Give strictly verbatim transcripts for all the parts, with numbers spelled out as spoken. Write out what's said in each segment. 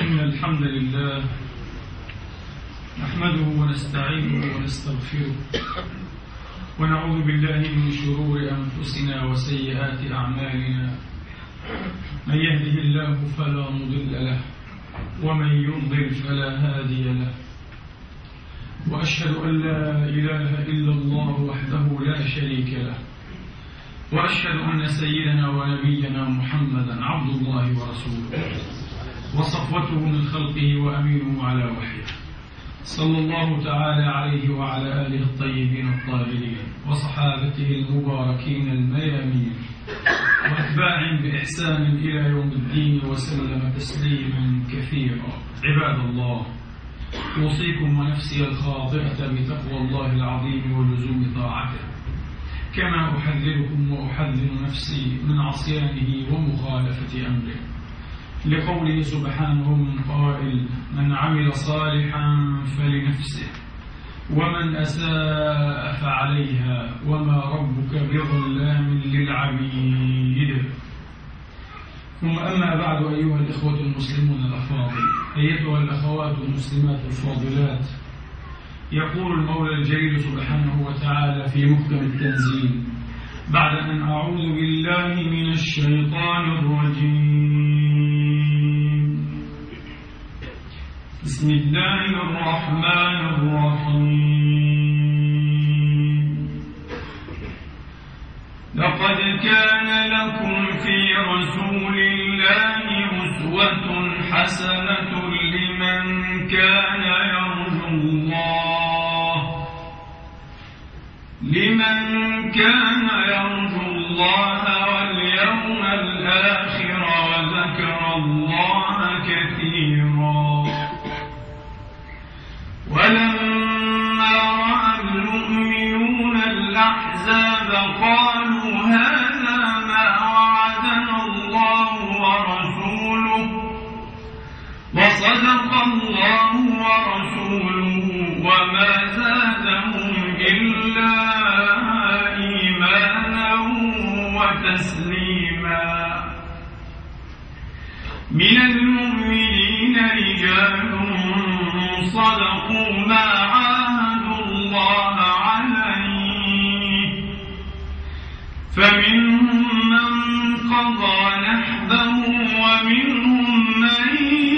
إن الحمد لله نحمده ونستعينه ونستغفره ونعوذ بالله من شرور أنفسنا وسيئات أعمالنا. من يهده الله فلا مضل له ومن يضلل فلا هادي له، وأشهد أن لا إله إلا الله وحده لا شريك له، وأشهد أن سيدنا ونبينا محمدا عبد الله ورسوله وصفوته من خلقه وأمينه على وحيه، صلى الله تعالى عليه وعلى آله الطيبين الطاهرين وصحابته المباركين الميامين وأتباعهم بإحسان إلى يوم الدين وسلم تسليما كثيرا. عباد الله، أوصيكم ونفسي الخاطئة بتقوى الله العظيم ولزوم طاعته، كما أحذركم وأحذر نفسي من عصيانه ومخالفة أمره، لقوله سبحانه من قائل: من عمل صالحا فلنفسه ومن أساء فعليها وما ربك بظلام للعبيد. ثم أما بعد، أيها الإخوة المسلمون الأفاضل، أيتها الأخوات المسلمات الفاضلات، يقول المولى الجليل سبحانه وتعالى في محكم التنزيل بعد أن أعوذ بالله من الشيطان الرجيم: بسم الله الرحمن الرحيم. لقد كان لكم في رسول الله أسوة حسنة لمن كان يرجو الله لمن كان يرجو الله واليوم الآخر وذكر الله كثيرا. ولما رأى المؤمنون الأحزاب قالوا هذا ما وعدنا الله ورسوله وصدق الله ورسوله وما زادهم إلا إيمانا وتسليما. من المؤمنين رجال صدقوا ما عاهدوا الله عليه، فمنهم من قضى نحبه ومنهم من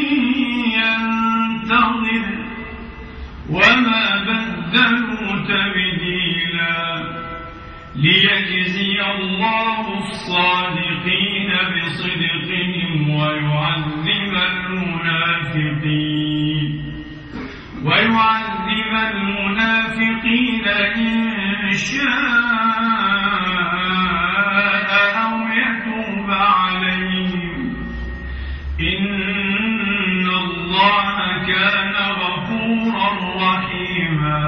ينتظر وما بدلوا تبديلا، ليجزي الله الصادقين بصدقهم ويعذب المنافقين ويعذب المنافقين إن شاء أو يتوب عليهم، إن الله كان غفورا رحيما.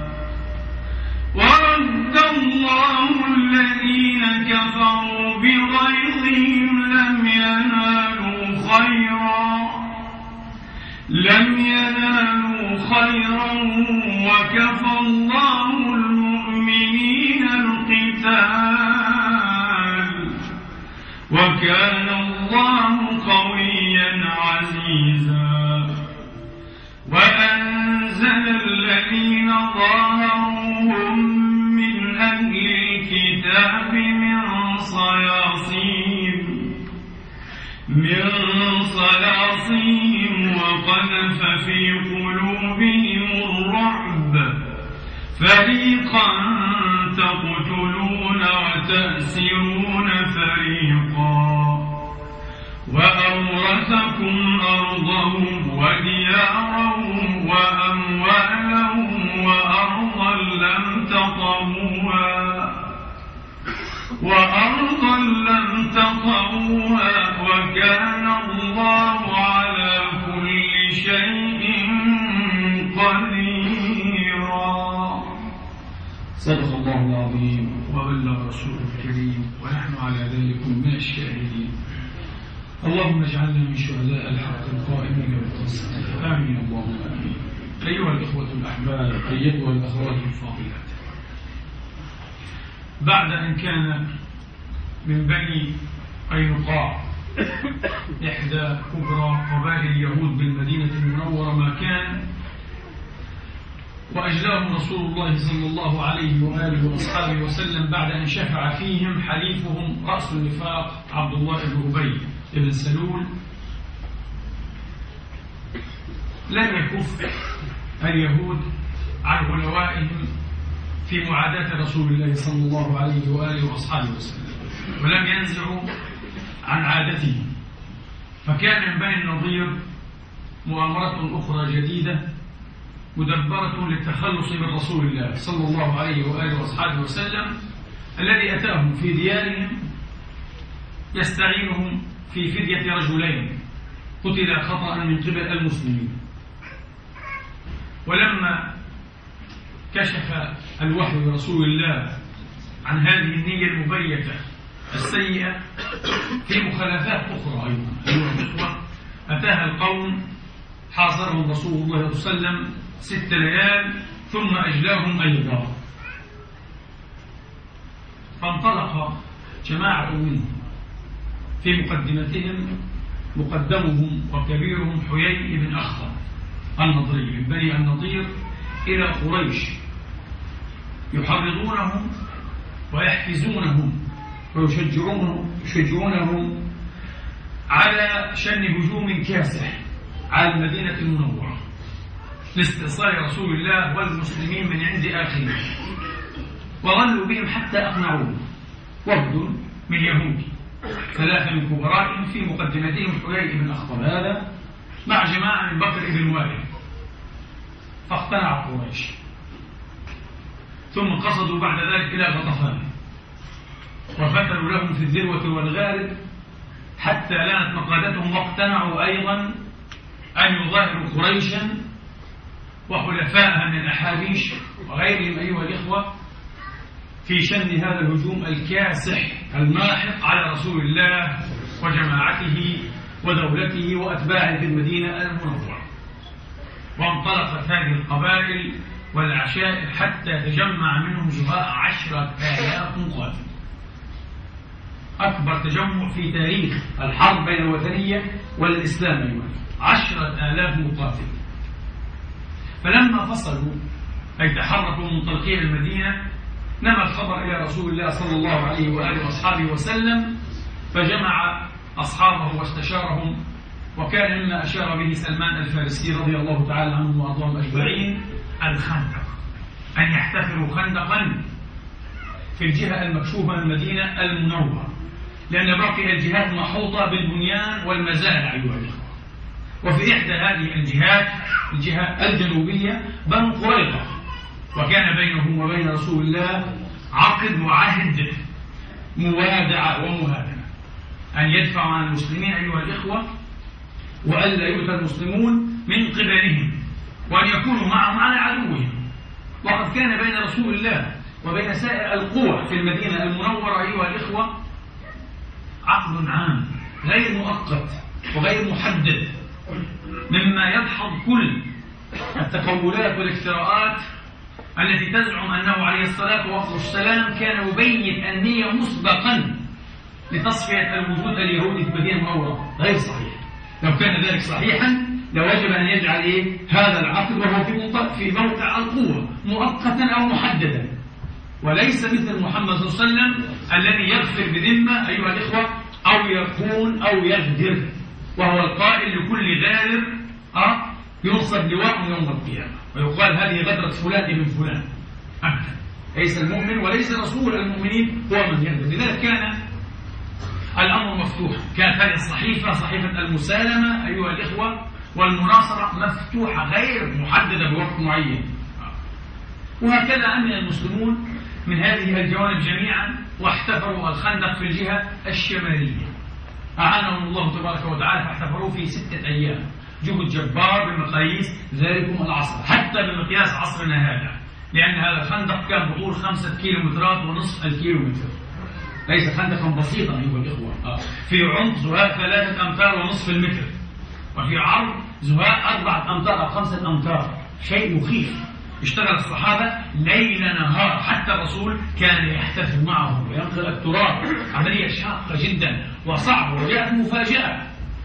ورد الله الذين كفروا بغيظهم لم ينالوا خيرا لم ينالوا خيرا وكفى الله المؤمنين القتال وكان الله قويا عزيزا. وأنزل الذين ظاهروهم من أهل الكتاب من صياصيهم من صياصيهم وقذف في قلوبهم الرعب، فريقا تقتلون وتأسرون فريقا، وأورثكم أرضهم وديارهم وأموالهم وأرضا لم تطئوها وأرضا لم تطئوها وكان الله على كل شيء قديرا. صدق الله العظيم وبلغ رسوله الكريم ونحن على ذلك من الشاهدين. اللهم اجعلنا من شهداء الحق القائمين بالقسط، آمين اللهم آمين. أيها الإخوة الأحباب، أيتها الأخوات الفاضلات، بعد أن كان من بني قينقاع إحدى كبرى قبائل اليهود بالمدينة المنورة مكان، وأجلاهم رسول الله صلى الله عليه وآله وأصحابه وسلم بعد أن شفع فيهم حليفهم رأس النفاق عبد الله بن أبي بن سلول. لم يكف اليهود عن غلوائهم في معاداة رسول الله صلى الله عليه وآله وأصحابه وسلم، ولم ينزعوا عن عادته، فكان من بني النضير مؤامرة أخرى جديدة مدبرة للتخلص من رسول الله صلى الله عليه وآله وأصحابه وسلم الذي أتاهم في ديارهم يستعينهم في فدية رجلين قتل خطأ من قبل المسلمين. ولما كشف الوحي رسول الله عن هذه النية المبيتة السيئة في مخالفات أخرى أيضا أيها الإخوة، أتاها القوم حاصرهم رسول الله صلى الله عليه وسلم ست ليال ثم أجلاهم أيضا. فانطلق جماعة منهم في مقدمتهم مقدمهم وكبيرهم حيي بن أخطب النضري من بني النضير إلى قريش، يحرضونهم ويحفزونهم ويشجعونهم يشجعونهم على شن هجوم كاسح على المدينة المنورة لاستئصال رسول الله والمسلمين من عند آخره. وظلوا بهم حتى أقنعوه وفد من يهود ثلاثة من كبرائهم في مقدمتهم حيي بن أخطب هذا مع جماعة من بكر بن وائل، فاقتنع قريش، ثم قصدوا بعد ذلك إلى غطفان وفتلوا لهم في الذروة والغالب حتى لانت مقادتهم، واقتنعوا أيضا أن يظاهروا قريشا وخلفائها من الأحابيش وغيرهم أيها الإخوة في شن هذا الهجوم الكاسح الماحق على رسول الله وجماعته ودولته وأتباعه في المدينة المنورة. وانطلقت هذه القبائل والعشائر حتى تجمع منهم جراء عشرة آلاف مقاتل، أكبر تجمع في تاريخ الحرب بين الوثنية والإسلام أيضا، عشرة آلاف مقاتل. فلما فصلوا أي تحركوا منطلقين المدينة نما الخبر إلى رسول الله صلى الله عليه وآله وأصحابه وسلم، فجمع أصحابه واستشارهم، وكان مما أشار به سلمان الفارسي رضي الله تعالى عنه وأرضاهم أجمعين الخندق، أن يحتفروا خندقا في الجهة المكشوفة من المدينة المنورة، لأن باقي الجهات محوطة بالبنيان والمزارع أيها الأخوة. وفي إحدى هذه الجهات الجهة الجنوبية بنو قريظة، وكان بينهم وبين رسول الله عقد وعهد موادعة ومهادنة أن يدفعوا عن المسلمين أيها الإخوة، وألا يؤتى المسلمون من قبلهم، وأن يكونوا معهم على عدوهم. وقد كان بين رسول الله وبين سائر القوى في المدينة المنورة أيها الإخوة عقد عام غير مؤقت وغير محدد، مما يدحض كل التقولات والافتراءات التي تزعم أنه عليه الصلاة والسلام كان يبين النية مسبقا لتصفية الوجود اليهودي في المدينة المنورة. غير صحيح. لو كان ذلك صحيحا لوجب أن يجعل إيه هذا العقد وهو في في موقع القوة مؤقتا أو محددا، وليس مثل محمد صلى الله عليه وسلم الذي يغفر بذمة أيها الإخوة أو يكون أو يغدر، وهو القائل لكل غادر أه ينصب لواء يوم القيامة ويقال هذه غدرة فلان من فلان. أبدا، ليس المؤمن وليس رسول المؤمنين هو من يغدر. لذلك كان الأمر مفتوح، كانت هذه الصحيفة صحيفة المسالمة أيها الإخوة والمناصرة مفتوحة غير محددة بوقت معين. وهكذا أمن المسلمون من هذه الجوانب جميعا واحتفروا الخندق في الجهة الشمالية، أعانهم الله تبارك وتعالى فاحتفروا في ستة أيام، جهد جبار بمقاييس ذلكم العصر، حتى بمقياس عصرنا هذا، لأن هذا الخندق كان بطول خمسة كيلومترات ونصف الكيلومتر، ليس خندقا بسيطا أيها الإخوة. في عمق زهاء ثلاثة أمتار ونصف المتر، وفي عرض زهاء أربعة أمتار أو خمسة أمتار، شيء مخيف. اشتغل الصحابة ليل نهار، حتى الرسول كان يحتفل معهم وينقل التراب. عملية شاقة جدا وصعبة. وجاءت مفاجأة،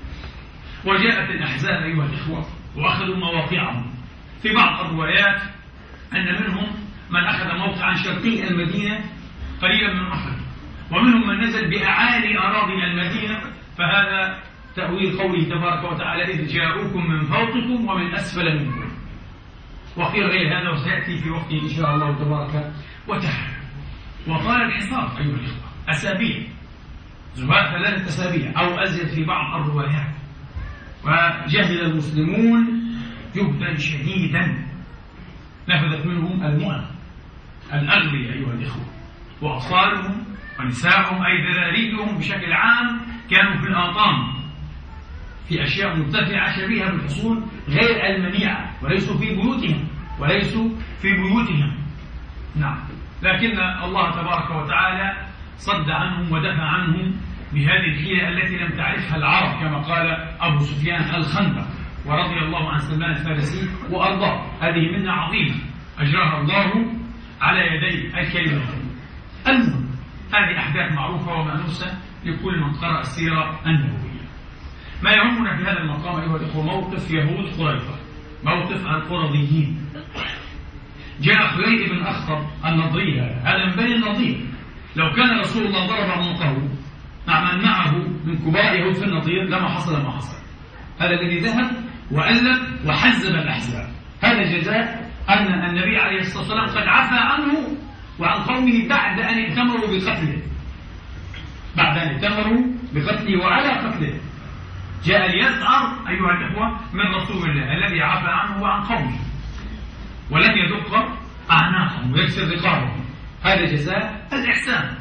وجاءت الأحزاب أيها الإخوة وأخذوا مواقعهم. في بعض الروايات أن منهم من أخذ موقعا شرقي المدينة قريبا من أحد، ومنهم من نزل بأعالي أراضي المدينة. فهذا تأويل قوله تبارك وتعالى إذ جاءوكم من فوقكم ومن أسفل منكم، وقيل غير هذا وسيأتي في وقته إن شاء الله تبارك وتعالى. وقال الحصار أيها الإخوة أسابيع، زهاء ثلاثة أسابيع أو أزيد في بعض الروايات. وجهد المسلمون جهدا شديدا، نفذت منهم المؤن الأغبياء أيها الإخوة، وأطفالهم ونسائهم أي ذراريهم بشكل عام كانوا في الآطام في أشياء مرتفعة شبيهة بالحصون غير المنيعة، وليسوا في بيوتهم وليسوا في بيوتهم نعم. لكن الله تبارك وتعالى صد عنهم ودفع عنهم بهذه الحيلة التي لم تعرفها العرب، كما قال أبو سفيان الخندق ورضي الله عن سلمان الفارسي وأرضاه. هذه منة عظيمة أجراها الله على يدي الكلمتين. المهم هذه أحداث معروفة ومأنوسة لكل من قرأ السيرة النبوية. ما يهمنا في هذا المقام أيها الأخوة موقف يهود قريظة، موقف القرظيين. جاء خليل بن أخطب النضري، هذا من بني النضير. لو كان رسول الله ضرب عنقه مع من معه من كبار يهود في النضير لما حصل ما حصل. هذا الذي ذهب وألف وحزب الأحزاب. هذا جزاء أن النبي عليه الصلاة والسلام قد عفى عنه وعن قومه بعد أن ائتمروا بقتله، بعد أن ائتمروا بقتله وعلى قتله. جاء ليسعر أيها الإخوة من رسول الله الذي عفى عنه وعن قومه ولم يدق أعناقهم ويكسر رقابهم. هذا جزاء الإحسان.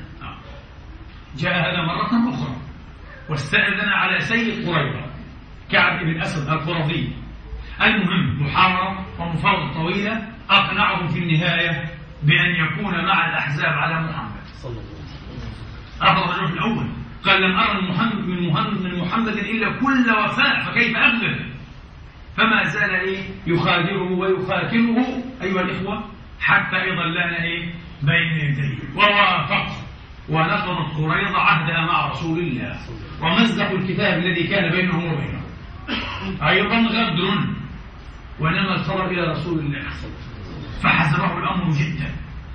جاء هذا مرة أخرى واستأذن على سيد قريظة كعب بن أسد القرظي. المهم محاورة ومفاوضة طويلة أقنعهم في النهاية بأن يكون مع الأحزاب على محمد صلى الله عليه وسلم. رفض الرجل الأول، قال لم أرى من محمد من محمد, من محمد إلا كل وفاء فكيف أغدر. فما زال إيه يخادره ويخاكره أيها الإخوة حتى ظلنا إيه بين يديه. ووافق ونقضت قريظة عهدها مع رسول الله ومزقوا الكتاب الذي كان بينهم وبينه. أيضا غدر. ونما الخبر إلى رسول الله فحزبه الأمر جدا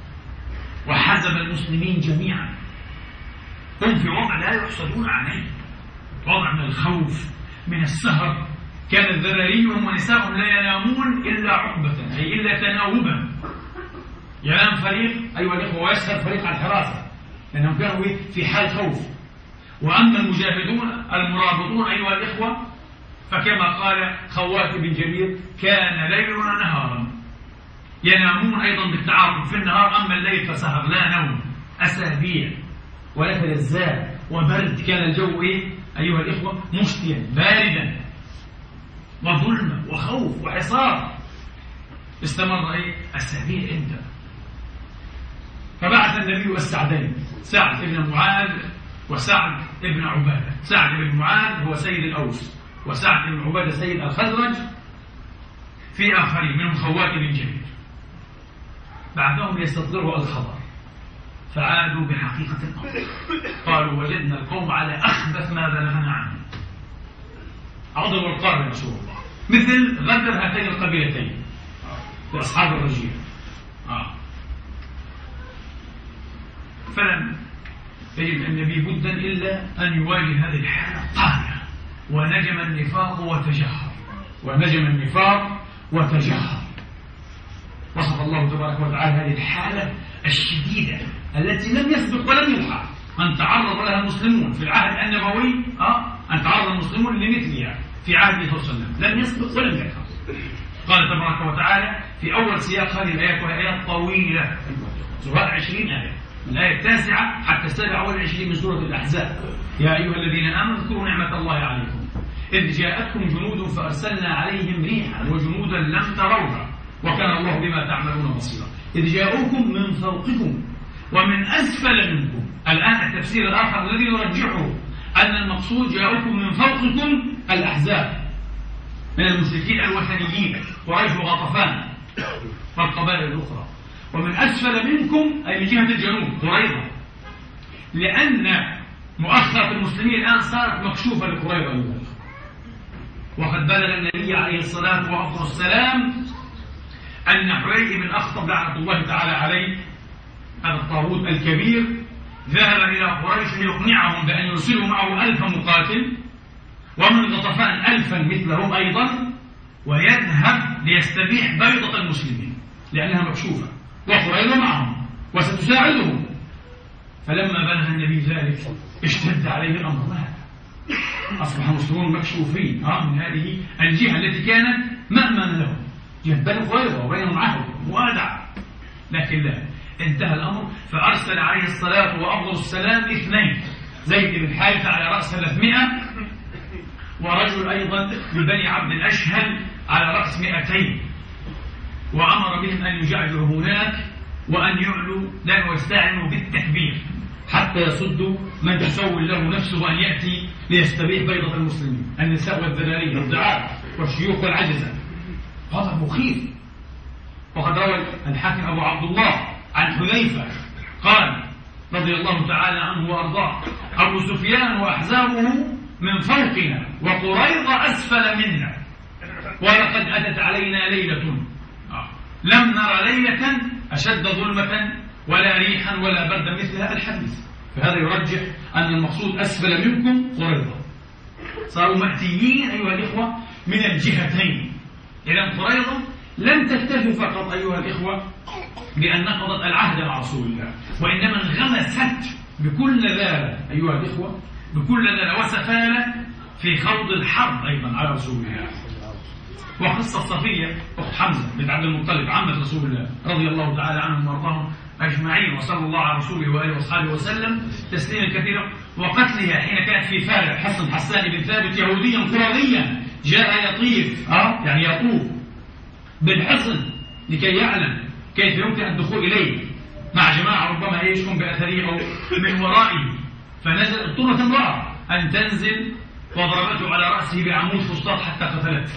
وحزب المسلمين جميعا. هم في وضع لا يحصلون عليه، وضع من الخوف من السهر. كان ذراريهم ونسائهم لا ينامون إلا عقبة أي إلا تناوبا. ينام فريق أيها الإخوة ويسهر فريق على الحراسة لأنهم كانوا في حال خوف. وأما المجاهدون المرابطون أيها الإخوة فكما قال خوات بن جرير كان ليلنا نهارا، ينامون أيضا بالتعاطف في النهار، أما الليل فسهر لا نوم. أسابيع ولك للزاد وبرد، كان الجو إيه أيها الإخوة مشتيا باردا وظلمة وخوف وحصار. استمر إيه أسابيع عندنا. فبعث النبي السعدين سعد بن معاذ وسعد بن عبادة. سعد بن معاذ هو سيد الأوس وسعد بن عبادة سيد الخزرج، في آخرين منهم خوات بن جرير. بعدهم يستطلعوا الخبر فعادوا بحقيقة الأمر، قالوا وجدنا القوم على أخبث ما بلغنا عنه. عضوا القارة يا رسول الله، مثل غدر هاتين القبيلتين لأصحاب الرجية. آه. فلم يجد النبي بدا إلا أن يواجه هذه الحالة الطاغية. ونجم النفاق وتجهر، ونجم النفاق وتجهر. وصف الله تبارك وتعالى هذه الحالة الشديدة التي لم يسبق ولم يلحق أن تعرض لها المسلمون في العهد النبوي. أه؟ أن تعرض المسلمون لمثلها في عهد النبي صلى الله عليه وسلم، لم يسبق ولم يلحق. قال تبارك وتعالى في أول سياق هذه الآيات، وهي آيات طويلة سورة عشرين آية، من الآية التاسعة حتى السابعة والعشرين من سورة الأحزاب. يا أيها الذين آمنوا اذكروا نعمة الله عليكم إذ جاءتكم جنود فأرسلنا عليهم ريحا وجنودا لم تروها وكان الله بما تعملون بصيرا. إذ جاءوكم من فوقكم ومن أسفل منكم. الآن التفسير الآخر الذي يرجحه أن المقصود جاءوكم من فوقكم الأحزاب من المشركين الوثنيين قريش وغطفان والقبائل الأخرى. ومن أسفل منكم أي من جهة الجنوب قريظة، لأن مؤخرة المسلمين الآن صارت مكشوفة لقريظة أيضا. وقد بلغ النبي عليه الصلاة وأفضل السلام أن حويي بن أخطب لعنة الله تعالى عليه هذا الطاغوت الكبير ذهب إلى قريش ليقنعهم بأن يرسلوا معه ألف مقاتل ومن غطفان ألفا مثلهم أيضا، ويذهب ليستبيح بيضة المسلمين لأنها مكشوفة وقريظة معهم وستساعدهم. فلما بلغ النبي ذلك اشتد عليه الأمر، ماذا؟ أصبح المسلمون مكشوفين من هذه الجهة التي كانت مأمنا لهم، جهة بني قريظة وبينهم عهد موادعة. لكن لا، انتهى الأمر فأرسل عليه الصلاة وأفضل السلام اثنين، زيد بن حارثة على رأس ثلاثمائة، ورجل أيضا من بني عبد الأشهل على رأس مئتين، وأمر بهم أن يجعلوا هناك وأن يعلوا لا ويستعلنوا بالتكبير حتى يصدوا من تسول له نفسه أن يأتي ليستبيح بيضة المسلمين، النساء والذراري والضعاف والشيوخ والعجزة. هذا مخيف. وقد روى الحاكم أبو عبد الله عن حذيفة قال رضي الله تعالى عنه وأرضاه: أبو سفيان وأحزابه من فوقنا وقريظة أسفل منا، ولقد أتت علينا ليلة لم نرى ليلة أشد ظلمة ولا ريحا ولا بردا مثل هذا الحديث. فهذا يرجح أن المقصود أسفل منكم قريظة. صاروا مأتيين أيها الإخوة من الجهتين. إذن قريظة لم تكتفي فقط أيها الإخوة بأن نقضت العهد مع رسول الله، وإنما انغمست بكل ذلك أيها الإخوة بكل ذلك وسفالة في خوض الحرب أيضا على رسول الله. وقصة صفية أخت حمزة بنت عبد المطلب عمة رسول الله رضي الله تعالى عنهم وارضاهم أجمعين، وصلى الله على رسوله وآله وصحبه وسلم تسليما كثيرا، وقتلها حين كانت في فارع حصن حسان بن ثابت يهوديا قرظيا جاء يطيف أه؟ يعني يطوف بالحصن لكي يعلم كيف يمكن الدخول إليه مع جماعة ربما يشكم بأثره أو من ورائه، فنزل اضطرت امرأة أن تنزل وضربته على رأسه بعمود فسطاط حتى قتلته.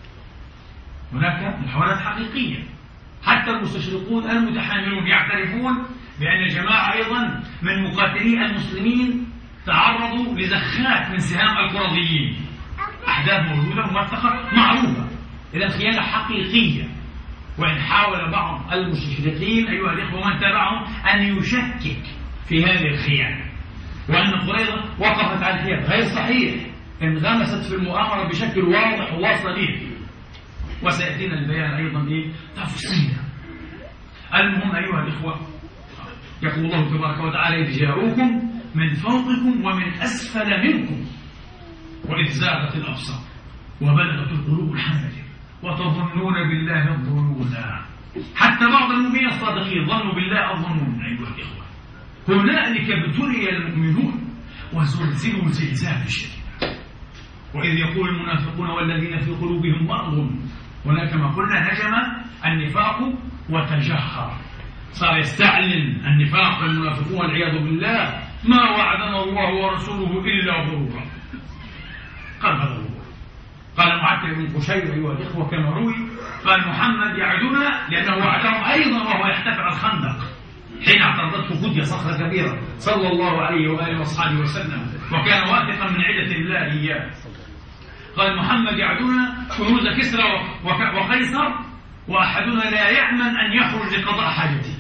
هناك محاولات حقيقية، حتى المستشرقون المتحاملون يعترفون بأن الجماعة أيضا من مقاتلي المسلمين تعرضوا لزخات من سهام القرظيين، أحداث موجودة موثقة معروفة. إذا خيانة حقيقية. وإن حاول بعض المستشرقين أيها الإخوة من تبعهم أن يشكك في هذه الخيانة وأن قريظة وقفت على الحياد، غير صحيح، انغمست في المؤامرة بشكل واضح وصريح، وسيأتينا البيان أيضا إيه تفصيلا. المهم أيها الإخوة يقول الله تبارك وتعالى: إذ جاءوكم من فوقكم ومن أسفل منكم وإذ زاغت الأبصار وبلغت القلوب الحناجر وتظنون بالله الظنونا. حتى بعض المؤمنين الصادقين ظنوا بالله الظنون أيها الإخوة. هنالك ابتلي المؤمنون وزلزلوا زلزالا شديدا. وإذ يقول المنافقون والذين في قلوبهم مرض، هنا كما قلنا هجم النفاق وتجهر، صار يستعلن النفاق والمنافقون والعياذ بالله: ما وعدنا الله ورسوله إلا غرورا. قال هذا الغرور. قال معتب بن قشير أيها الإخوة كما روي قال: محمد يعدنا لأنه وعدهم أيضا وهو يحتفر الخندق حين اعترضته خدية صخرة كبيرة صلى الله عليه وآله وصحبه وسلم، وكان واثقا من عدة الله إياه. قال: محمد يعدنا كنوز كسرى وقيصر وأحدنا لا يأمن أن يخرج لقضاء حاجته،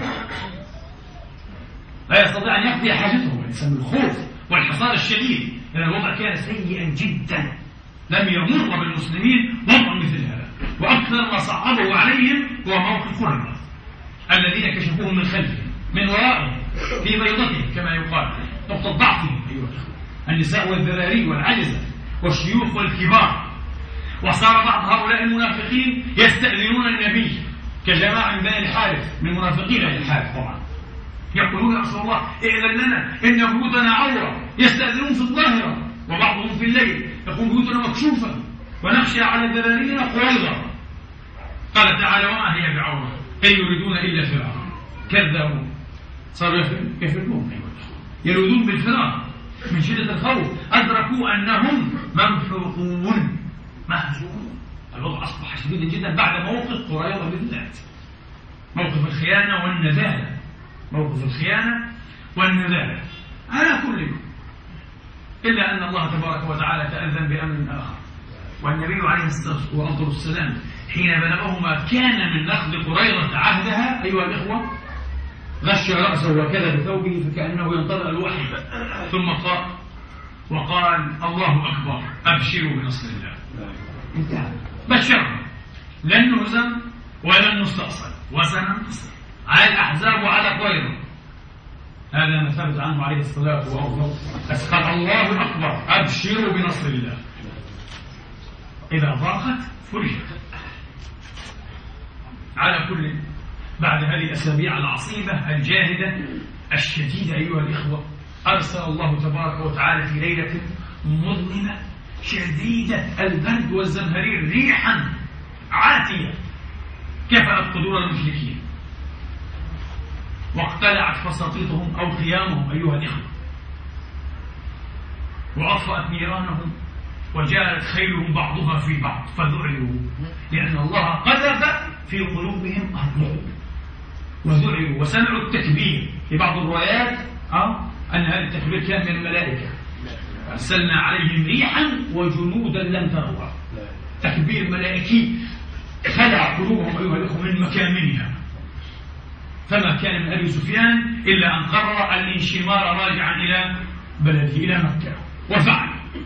لا يستطيع أن يقضي حاجته. الإنسان الخوف والحصار الشديد، لأن الوضع كان سيئا جدا، لم يمر بالمسلمين وضع مثل هذا. وأكثر ما صعبه عليهم هو موقف قريظة الذين كشفوهم من خلفهم من ورائهم في بيضتهم كما يقال، نقطة ضعفهم أيها الأخوة، النساء والذراري والعجزة والشيوخ والكبار. وصار بعض هؤلاء المنافقين يستأذنون النبي كجماعة من بني الحارث من منافقين بني الحارث طبعا، يقولون: يا رسول الله ائذن لنا إن بيوتنا عورة. يستأذنون في الظاهرة وبعضهم في الليل، يقول: بيوتنا مكشوفة ونخشى على ذرارينا قريظة. قال تعالى: وما هي بعورة إن يريدون إلا فرارا. كذبوا، صاروا يفرون يريدون بالفرار من شدة الخوف، أدركوا أنهم ممحوقون مهزومون الوضع أصبح شديدا جدا بعد موقف قريظة بالذات، موقف الخيانة والنذالة، موقف الخيانة والنذالة على كل يوم، إلا أن الله تبارك وتعالى تأذن بأمر آخر. والنبي عليه الصلاة والسلام حين بلغه ما كان من نقض قريظة عهدها أيها الإخوة غش رأسه وكذا بثوبه فكأنه ينتظر الوحي، ثم قال وقال الله أكبر أبشروا بنصر الله. انتهى، بشرنا لن نهزم ولن نستأصل وسننتصر على الأحزاب وعلى قريظة. هذا ما ثبت عنه عليه الصلاة والسلام. قال الله أكبر أبشروا بنصر الله. إذا ضاقت فرجت. على كل بعد هذه الأسابيع العصيبة الجاهدة الشديدة أيها الإخوة أرسل الله تبارك وتعالى في ليلة مظلمة شديدة البرد والزمهرير ريحا عاتية كفأت قدور المشركين واقتلعت فساطيطهم أو خيامهم أيها الإخوة، وأطفأت نيرانهم، وجاءت خيلهم بعضها في بعض فذعروا، لأن الله قذف في قلوبهم الرعب وذعروا وسمعوا التكبير. في بعض الروايات أه أن هذا التكبير كان من الملائكة، أرسلنا عليهم ريحا وجنودا لم تروها. تكبير ملائكي خلع قلوبهم أيها الأخوة من مكامنها، فما كان من أبي سفيان إلا أن قرر الانشمار راجعا إلى بلده إلى مكة، وفعل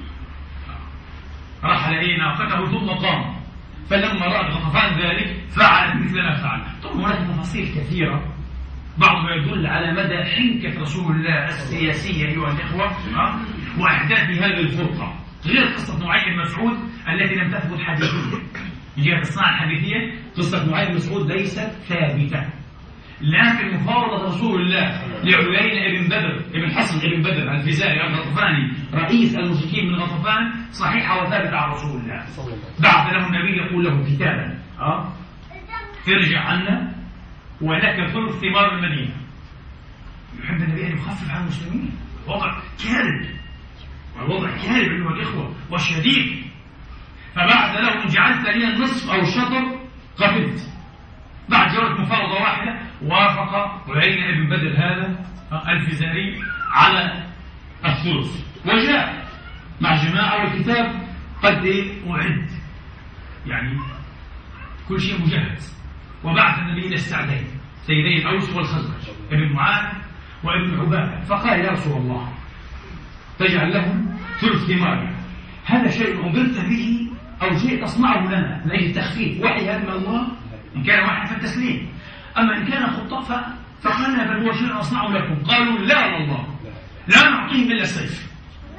رحل إليه ناقته ثم قام، فلما رأى غطفان ذلك فعل مثل ما فعل. طبعا هناك تفاصيل كثيرة بعضها يدل على مدى حنكة رسول الله السياسية أيها الإخوة وأحداث هذه الفرقة، غير قصة نعيم بن مسعود التي لم تثبت حديثيا. جهة الصناعة الحديثية قصة نعيم بن مسعود ليست ثابتة، لكن مفاوضة رسول الله لعيينة ابن بدر ابن حصن ابن بدر الفزاري الغطفاني رئيس المشركين من غطفان صحيحة وثابتة عن رسول الله. بعث له النبي يقول له كتابا أه؟ ارجع عنا ولك ثلث ثمار المدينة. يحب النبي أن يخفف عن المسلمين، وضع كارب، والوضع كارب أيها الإخوة والشديد. فبعث له إن جعلت لي النصف أو الشطر قبلت. بعد جولة مفاوضة واحدة وافق عيينة ابن بدر هذا الفزاري على الثلث، وجاء مع جماعة والكتاب قد أعد، يعني كل شيء مجهز. وبعث النبي إلى السعدين سيدي الأوس والخزرج ابن معاذ وابن عبادة، فقال يا رسول الله تجعل لهم ثلث ثمارنا، هذا شيء أمرت به أو شيء تصنعه لنا من أجل التخفيف؟ وحي هذا من الله إن كان واحد فالتسليم، أما إن كان خطة فقال بل هو شيء أصنعه لكم. قالوا لا والله لا نعطيهم إلا السيف.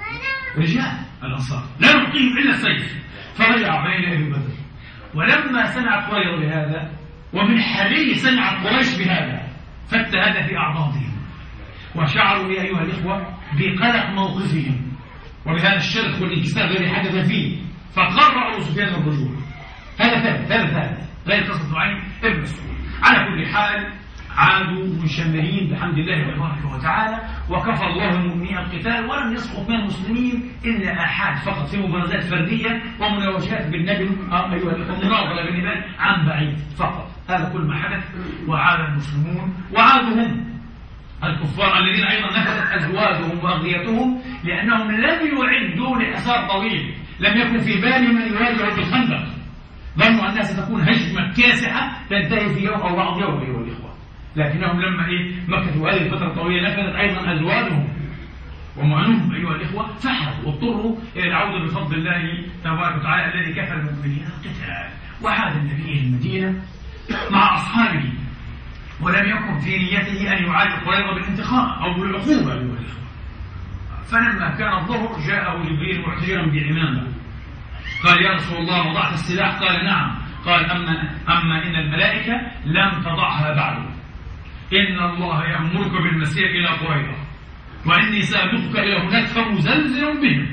رجال الأنصار لا نعطيهم إلا السيف. فرجع عيينة ابن بدر، ولما سمعت قريظة بهذا ومن حالي سمعت قريش بهذا فت هذا في أعضادهم، وشعروا يا أيها الإخوة بقلق موقفهم وبهذا الشرخ والانكسار الذي حدث فيه، فقرر أبو سفيان الرجوع. هذا ثالث هذا ثالث غير قصة نعيم ابن مسعود. على كل حال عادوا منشمرين بحمد الله تبارك وتعالى، وكفى الله المؤمنين القتال، ولم يسقط من المسلمين إلا آحاد فقط في مبارزات فردية ومناوشات بالنبل أيها الإخوة، مناضلة بالنبال عن بعيد فقط. هذا كل ما حدث. وعاد المسلمون وعادوا هم الكفار الذين أيضا نفذت أزواجهم وأغذيتهم، لأنهم لم يعدوا لحصار طويل، لم يكن في بالهم من يواجهوا بالخندق، ظنوا أنها ستكون هجمة كاسحة تنتهي في يوم أو بعض يوم أيها الإخوة. لكنهم لما إيه مكثوا هذه الفترة الطويلة نفذت أيضا أزواجهم ومعنوهم أيها الإخوة، فحروا واضطروا إلى العودة بفضل الله تبارك وتعالى الذي كفى المؤمنين القتال. وعاد النبي إلى المدينة مع أصحابه، ولم يكن في نيته أن يعاد قريظة بالانتقام أو بالعقوبة أيها الإخوة. فلما كان الظهر جاءه جبريل معتجرا بعمامة، قال يا رسول الله وضعت السلاح؟ قال نعم. قال أما, أما إن الملائكة لم تضعها بعد، إن الله يأمرك بالمسير إلى قريظة، وإني سأبقك إلى هناك فمزلزل بهم.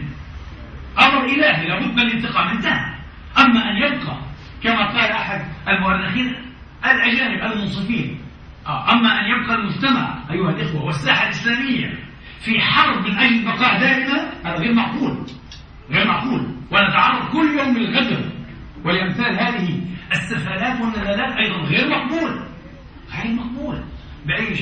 أمر إلهي لابد من الانتقام، انتهى. أما أن يبقى كما قال أحد المؤرخين الأجانب المنصفين، أما أن يبقى المجتمع أيها الإخوة والساحة الإسلامية في حرب من أجل البقاء دائما، هذا غير معقول، غير معقول. ونتعرض كل يوم للغدر ولأمثال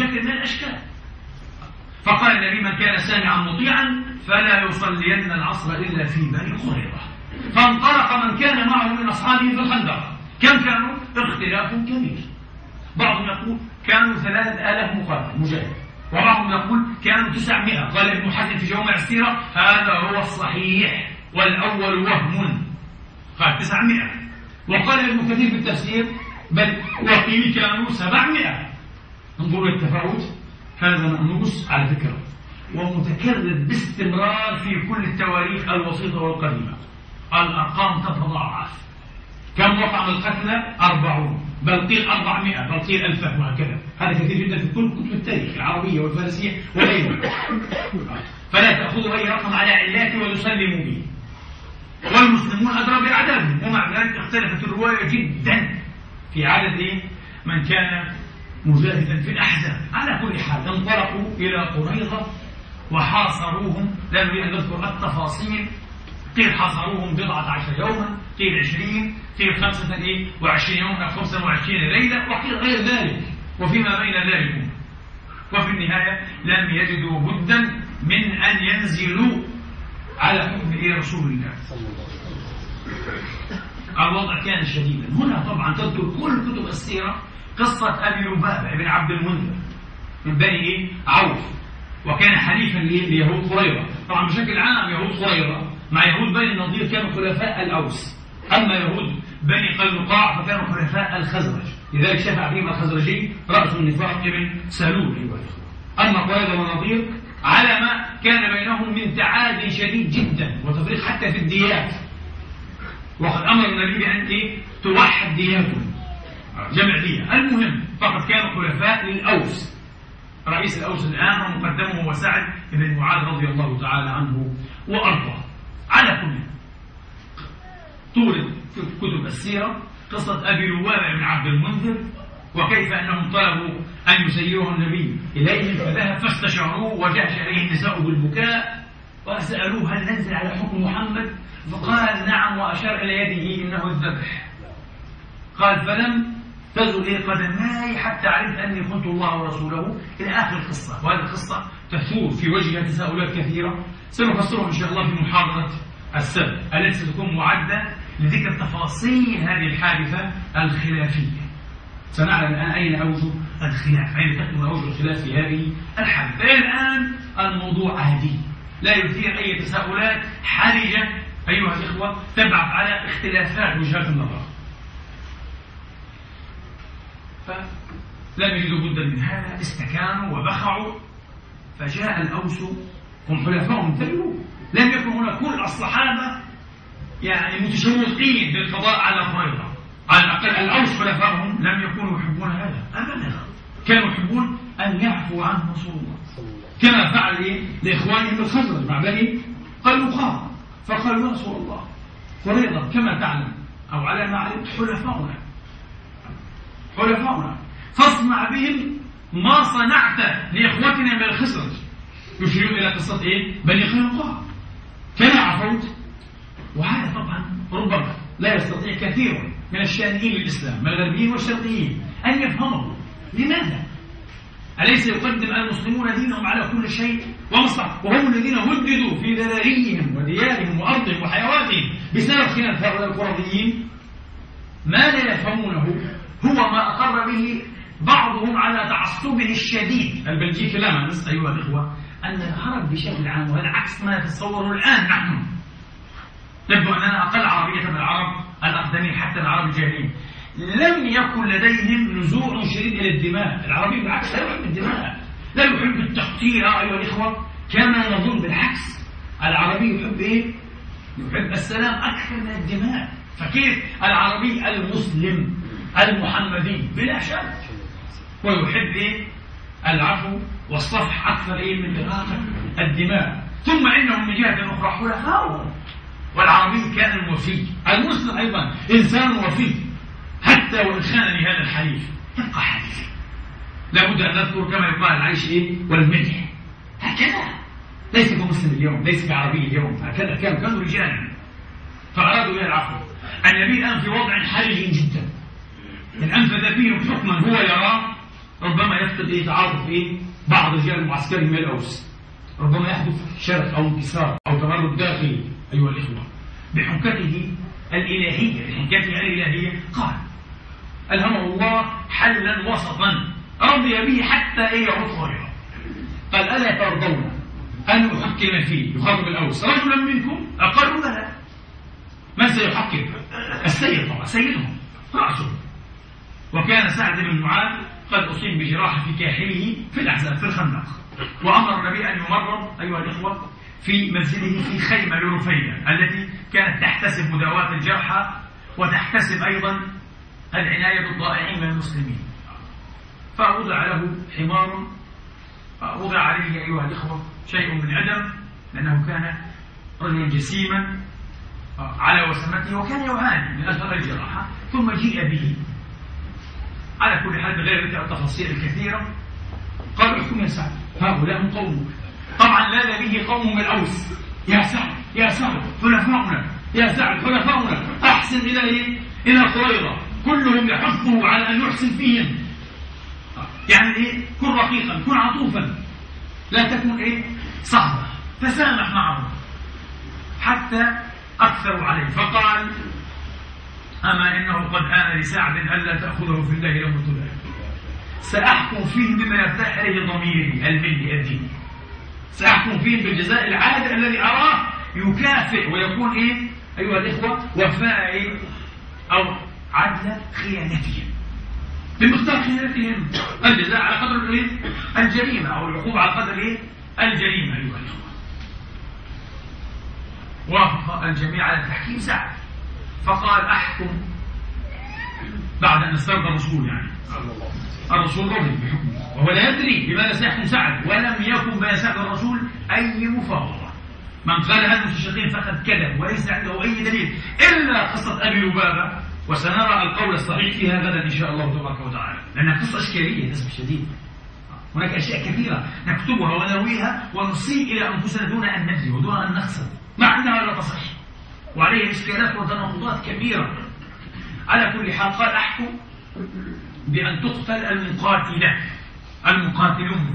شكل من الأشكال. فقال النبي: من كان سامعا مطيعا فلا يصلين العصر إلا في بني قريظة. فانطلق من كان معه من أصحابه في الخندق. كم كانوا؟ اختلاف كبير. بعضهم يقول كانوا ثلاثة آلاف مقاتل مجاهد، وبعضهم يقول كانوا تسعمائة. قال ابن حزم في جوامع السيرة: هذا هو الصحيح والأول وهم، قال تسعمائة. وقال ابن كثير في التفسير: بل وقيل كانوا سبعمائة. انظروا التفاوت. هذا مأنوس على فكرة ومتكرر باستمرار في كل التواريخ الوسيطة والقديمة. الأرقام تتضاعف. كم وقع من القتلى؟ أربعون، بل قيل أربعمائة، بل قيل ألفا، وهكذا. هذا كثير جدا في كل كتب التاريخ العربية والفارسية وغيرها. فلا تأخذوا أي رقم على علاته ويسلموا به. والمسلمون أدرى بأعدادهم، ومع ذلك اختلفت الرواية جدا في عدد من كان مجاهدا في الأحزاب. على كل حال انطلقوا إلى قريظة وحاصروهم. لا نريد أن نذكر التفاصيل. قيل حاصروهم بضعة عشر يوما، قيل عشرين، قيل خمسة إيه وعشرين يوما، خمسة وعشرين ليلة، وقيل غير ذلك وفيما بين ذلك. وفي النهاية لم يجدوا بدا من أن ينزلوا على حكم إيه رسول الله. الوضع كان شديدا. هنا طبعا تذكر كل كتب السيرة قصة أبي لبابة بن عبد المنذر من بني إيه عوف، وكان حليفا ليهود قريظة. طبعا بشكل عام يهود قريظة مع يهود بني النضير كانوا خلفاء الأوس، أما يهود بني قينقاع فكانوا خلفاء الخزرج. لذلك شفع فيهم الخزرجي رأس النفاق ابن سلول أيها الإخوة. أما قريظة والنضير على ما كان بينهم من تعادي شديد جدا وتفريق حتى في الديات، وقد أمر النبي بأن توحد دياتهم، جمع دية. المهم فقد كانوا خلفاء للأوس. رئيس الأوس الآن ومقدمه هو سعد بن معاذ رضي الله تعالى عنه وأرضاه. على كل تورد في كتب السيرة قصة أبي لبابة بن عبد المنذر، وكيف أنهم طلبوا أن يسيره النبي إليهم فذهب فاستشاروه وجهش عليه النساء بالبكاء وسألوه: هل ننزل على حكم محمد؟ فقال: نعم، وأشار إلى يده إنه الذبح. قال: فلم تزل إلى قدماي حتى علمت أني كنت الله ورسوله، إلى آخر القصة. وهذه القصة تثور في وجهها تساؤلات كثيرة سنفسرها إن شاء الله في محاضرة السبت التي ستكون معدة لذكر تفاصيل هذه الحادثة الخلافية. سنعلم الآن أين أوجه الخلاف، أين تكمن أوجه الخلاف في هذه الحادثة. الآن الموضوع عادي لا يثير أي تساؤلات حرجة أيها الإخوة تبعث على اختلافات وجهات النظر. فلم يجدوا بدا من هذا، استكانوا وبخعوا. فجاء الأوس هم حلفاء مثلوا، لم يكن هنا كل الصحابة يعني متشوقين للقضاء على قريظة. على الأقل الأوس حلفائهم لم يكونوا يحبون هذا أبدا، كانوا يحبون أن يعفو عنه رسول الله كما فعل إيه؟ لإخوانهم الخزرج مع بني قينقاع. فقالوا: يا رسول الله قريظة كما تعلم أو على ما علمت حلفاؤنا حلفاؤنا فاصنع بهم ما صنعت لإخوتنا من الخزرج. يشيرون إلى قصة إيه؟ بني قينقاع. كما عفوت. وهذا طبعا ربما لا يستطيع كثير من الشانئين للإسلام من الغربيين والشرقيين أن يفهموا. لماذا؟ أليس يقدم المسلمون دينهم على كل شيء ومصلحة، وهم الذين هددوا في ذراريهم وديارهم وأرضهم وحيواتهم بسبب خلاف هؤلاء القرظيين؟ ما لا يفهمونه هو ما أقر به بعضهم على تعصبه الشديد البلجيكي لامانس أيها الإخوة، أن العرب بشكل عام، وهذا عكس ما نتصوره الآن نحن. يبدو أننا أقل عربية من العرب الأقدمين حتى العرب الجاهليين. لم يكن لديهم نزوع شديد إلى الدماء. العربي بالعكس لا يحب الدماء، لا يحب التقطيع أيها الإخوة كما نظن. بالعكس العربي يحب إيه؟ يحب السلام أكثر من الدماء. فكيف العربي المسلم المحمدي بلا شك ويحب إيه؟ العفو والصفح أكثر إيه من إراقة الدماء. ثم إنهم من جهة أخرى حلفاؤهم. والعربي كان الوفي، المسلم أيضا إنسان وفي حتى وإن خان لهذا الحليف يبقى حليفا. لابد أن نذكر كما يقال العيش إيه والملح. هكذا ليس كمسلم اليوم، ليس كعربي اليوم، هكذا كانوا كانوا رجالا فأرادوا إلى العفو. النبي الآن في وضع حرج جدا، إن أنفذ فيهم حكما هو يراه ربما يفقد إيه تعاطف إيه بعض رجال المعسكري من الأوس، ربما يحدث شرخ أو انكسار أو تمرد داخلي. أيها الإخوة، بحنكته الإلهية بحنكته الإلهية قال ألهمه الله حلا وسطا رضي به حتى إيه يعود خيرا. قال ألا ترضون أن أحكم فيه، يخاطب الأوس، رجلا منكم أقر بلى. من سيحكم؟ السيد طبعا، سيدهم رأسه. وكان سعد بن معاذ قد أصيب بجراحة في كاحله في الأحزاب في الخندق، وأمر النبي أن يمرض أيها الإخوة في منزله في خيمة لرفيدة التي كانت تحتسب مداواة الجرحى وتحتسب أيضا العناية بالضائعين من المسلمين. فوضع له حمار، وضع عليه أيها الإخوة شيء من عدم، لأنه كان رجلا جسيما على وسمته وكان يعاني من أثر الجراحة. ثم جيء به على كل حال بغير ذكر التفاصيل الكثيرة. قال احكم يا سعد، هؤلاء هم قومك. طبعا لاذ به قوم من الأوس، يا سعد يا سعد حلفاؤنا، يا سعد حلفاؤنا، أحسن إلى إيه؟ إلى قريظة، كلهم يحثه على أن يحسن فيهم. يعني إيه؟ كن رقيقا، كن عطوفا، لا تكن إيه؟ صعبة، تسامح معهم. حتى أكثروا عليه، فقال أما إنه قد آن لسعد ألا تأخذه في الله لومة لائم، سأحكم فيه بما يرتاح إليه ضميري الملي الديني، سأحكم فيه بالجزاء العادل الذي أراه يكافئ ويكون إيه أيها الإخوة وفاء إيه؟ أو عدل خيانتهم، بمقدار خيانتهم الجزاء على قدر الإيه؟ الجريمة، أو العقوبة على قدر إيه؟ الجريمة. أيها الإخوة، وافق الجميع على تحكيم سعد، فقال أحكم بعد أن استرضى الرسول، يعني الرسول رضي بحكمه وهو لا يدري بماذا سيحكم سعد، ولم يكن بين سعد والرسول أي مفاوضة. من قال هذا المستشرقين فقد كذب وليس عنده أي دليل إلا قصة أبي لبابة، وسنرى القول الصحيح فيها غدا إن شاء الله تبارك وتعالى، لأنها قصة إشكالية للأسف الشديد. هناك أشياء كثيرة نكتبها ونرويها ونسيء إلى أنفسنا دون أن ندري ودون أن نخسر، مع أنها لا تصح وعليه إشكالات وتناقضات كبيرة. على كل حال قال أحكم بأن تقتل المقاتلة المقاتلون،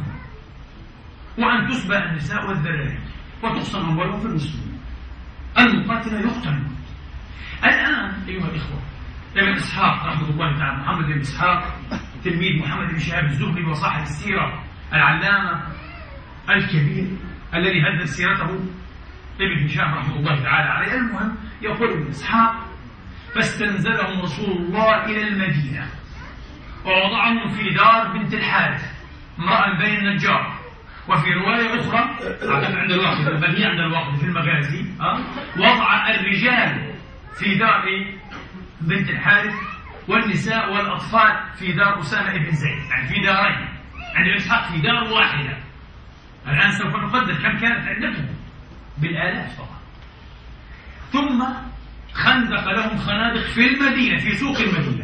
وأن تسبى النساء والذراري، وتقسم أموالهم في المسلمين. المقاتلة يقتلون. الآن أيها الإخوة، ابن إسحاق رحمه الله تعالى، محمد بن إسحاق تلميذ محمد بن شهاب الزهري وصاحب السيرة العلامة الكبير الذي هدد سيرته ابن هشام رحمه الله تعالى عليه. المهم يقول ابن إسحاق فاستنزلهم رسول الله إلى المدينة ووضعهم في دار بنت الحارث امرأة بين النجار. وفي رواية أخرى عند الوقت بل هي عند الوقت في المغازي أه؟ وضع الرجال في دار بنت الحارث والنساء والأطفال في دار أسامة بن زيد، يعني في دارين عند إسحاق في دار واحدة. الآن سوف نقدر كم كانت عدتهم بالآلاف طبعا. ثم خندق لهم خنادق في المدينة في سوق المدينة.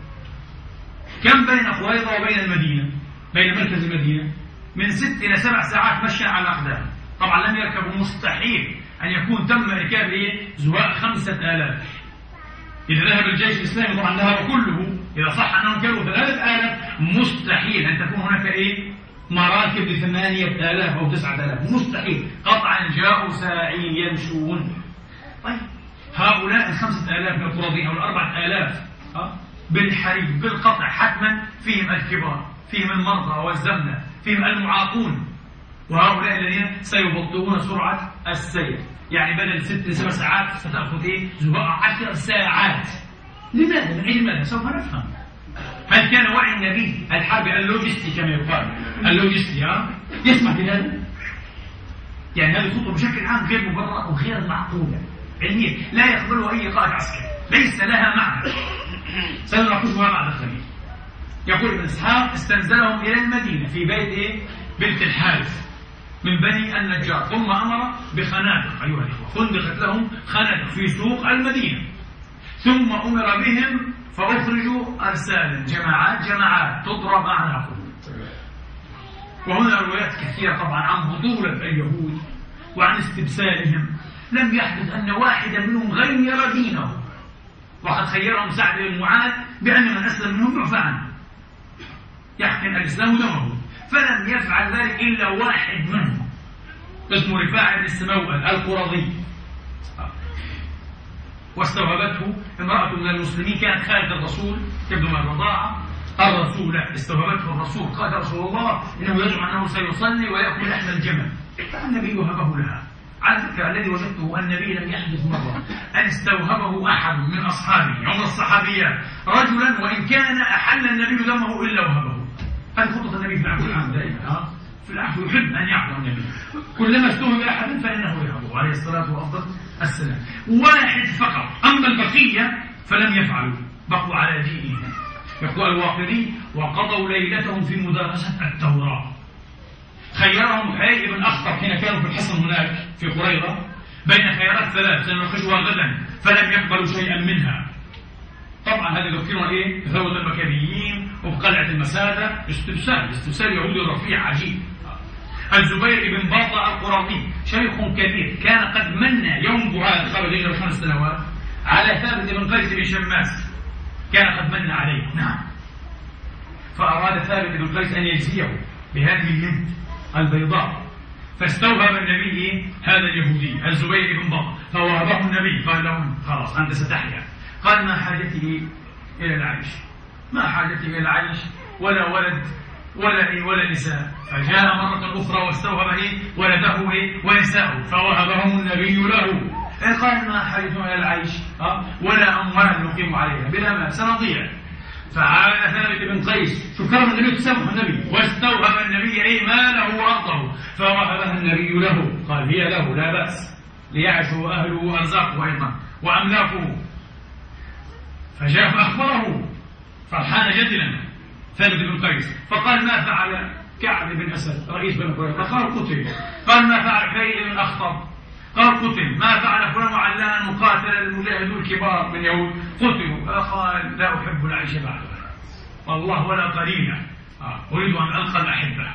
كم بين قريظة وبين المدينة؟ بين مركز المدينة من ست إلى سبع ساعات مشيا على الأقدام. طبعا لم يركبوا، مستحيل أن يكون تم إركاب إيه؟ زواء خمسة آلاف. إذا ذهب الجيش الإسلامي طبعا ذهب كله، إذا صح أنهم كانوا ثلاثة آلاف مستحيل أن تكون هناك إيه؟ مراكب لثمانية آلاف أو تسعة آلاف، مستحيل قطعا. جاءوا ساعين يمشون. طيب هؤلاء الخمسة آلاف من القرظين أو الأربعة آلاف أه؟ بالحريب بالقطع حتما فيهم الكبار، فيهم المرضى والزمنة، فيهم المعاقون، وهؤلاء الذين سيبطئون سرعة السير، يعني بدل ست سبع ساعات ستأخذ إيه؟ زواء عشر ساعات. لماذا؟ من أجل ماذا؟ سوف نفهم. هل كان وعي النبي الحرب اللوجستي كما يقال اللوجستي ها يسمح بهذا؟ يعني هذه الخطوة بشكل عام غير مبررة وغير معقولة علميا، لا يقبلها أي قائد عسكري، ليس لها معنى. سنناقشها بعد قليل. يقول ابن إسحاق استنزلهم إلى المدينة في بيت إيه؟ بنت الحارث من بني النجار، ثم أمر بخنادق. أيها الإخوة، خندقت لهم خنادق في سوق المدينة، ثم أمر بهم فأخرجوا أرسالا جماعات جماعات تضرب أعناقهم. وهنا روايات كثيرة طبعا عن بطولة اليهود وعن استبسالهم. لم يحدث أن واحدا منهم غير دينه، وقد خيرهم سعد بن معاذ بأن من أسلم منهم يعفى عنه. يحقن الإسلام دمه، فلم يفعل ذلك إلا واحد منهم اسمه رفاعة بن السموأل القرظي، واستوهبته امرأة من المسلمين كانت خالد الرسول تبدو من الرضاعة. الرسول استوهبته الرسول، قال رسول الله إنه يزعم أنه سيصلي ويأكل لحم الجمل، فالنبي وهبه لها. على فكرة الذي وجدته النبي لم يحدث مرة أن استوهبه أحد من أصحابه عمر الصحابيات رجلا وإن كان أحل النبي دمه إلا وهبه. هذه خطة النبي في العفو العام دائما، في العفو يحب أن يعفو النبي، كلما استوهب أحد فإنه يهبه عليه الصلاة والسلام. واحد فقط، أما البقية فلم يفعلوا، بقوا على دينهم. يقول الواقدي: وقضوا ليلتهم في مدارسة التوراة. خيرهم حي بن أخطر حين كانوا في الحصن هناك في قريظة بين خيارات ثلاث سنناقشها غدا، فلم يقبلوا شيئا منها. طبعا هذا يذكرنا ايه؟ تثوت المكابيين وبقلعة المسادة، استبسال استبسال يهودي رفيع عجيب. الزبير بن باطة القرظي شيخ كبير كان قد من يوم بهذا قبل هجرة خمس سنوات على ثابت بن قيس بن شماس، كان قد من عليه. نعم، فأراد ثابت بن قيس أن يجزيه بهذه اليد البيضاء، فاستوهب النبي هذا اليهودي الزبير بن باطة، فوهبه النبي، قال له: خلاص أنت ستحيا. قال: ما حاجتي إلى العيش، ما حاجتي إلى العيش ولا ولد ولا إيه ولا نساء. فجاء مرة أخرى واستوهب إيه ولده إيه ونساءه، فوهبهم النبي له. قال: ما حاجتنا إلى العيش أه؟ ولا أموال نقيم عليها بلا مال سنضيع. فعاد ثابت بن قيس، شوف كرم النبي تسامح النبي، واستوهب النبي إيه ماله وأرضه، فوهبها النبي له. قال: هي له لا بأس، ليعشوا أهله وأرزاقه أيضا وأملاكه. فجاء فأخبره فرحان جدلا ثابت بن قيس، فقال: ما فعل كعب بن أسد رئيس بن قريظة؟ قال: قتل. قال: ما فعل حي بن أخطب؟ قال: قتل. ما فعل فلان وعلان مقاتل المجاهدون الكبار من يهود؟ قتلوا. قال: لا أحب العيش بعدها والله ولا قليلا، أريد أن ألقى الأحبة.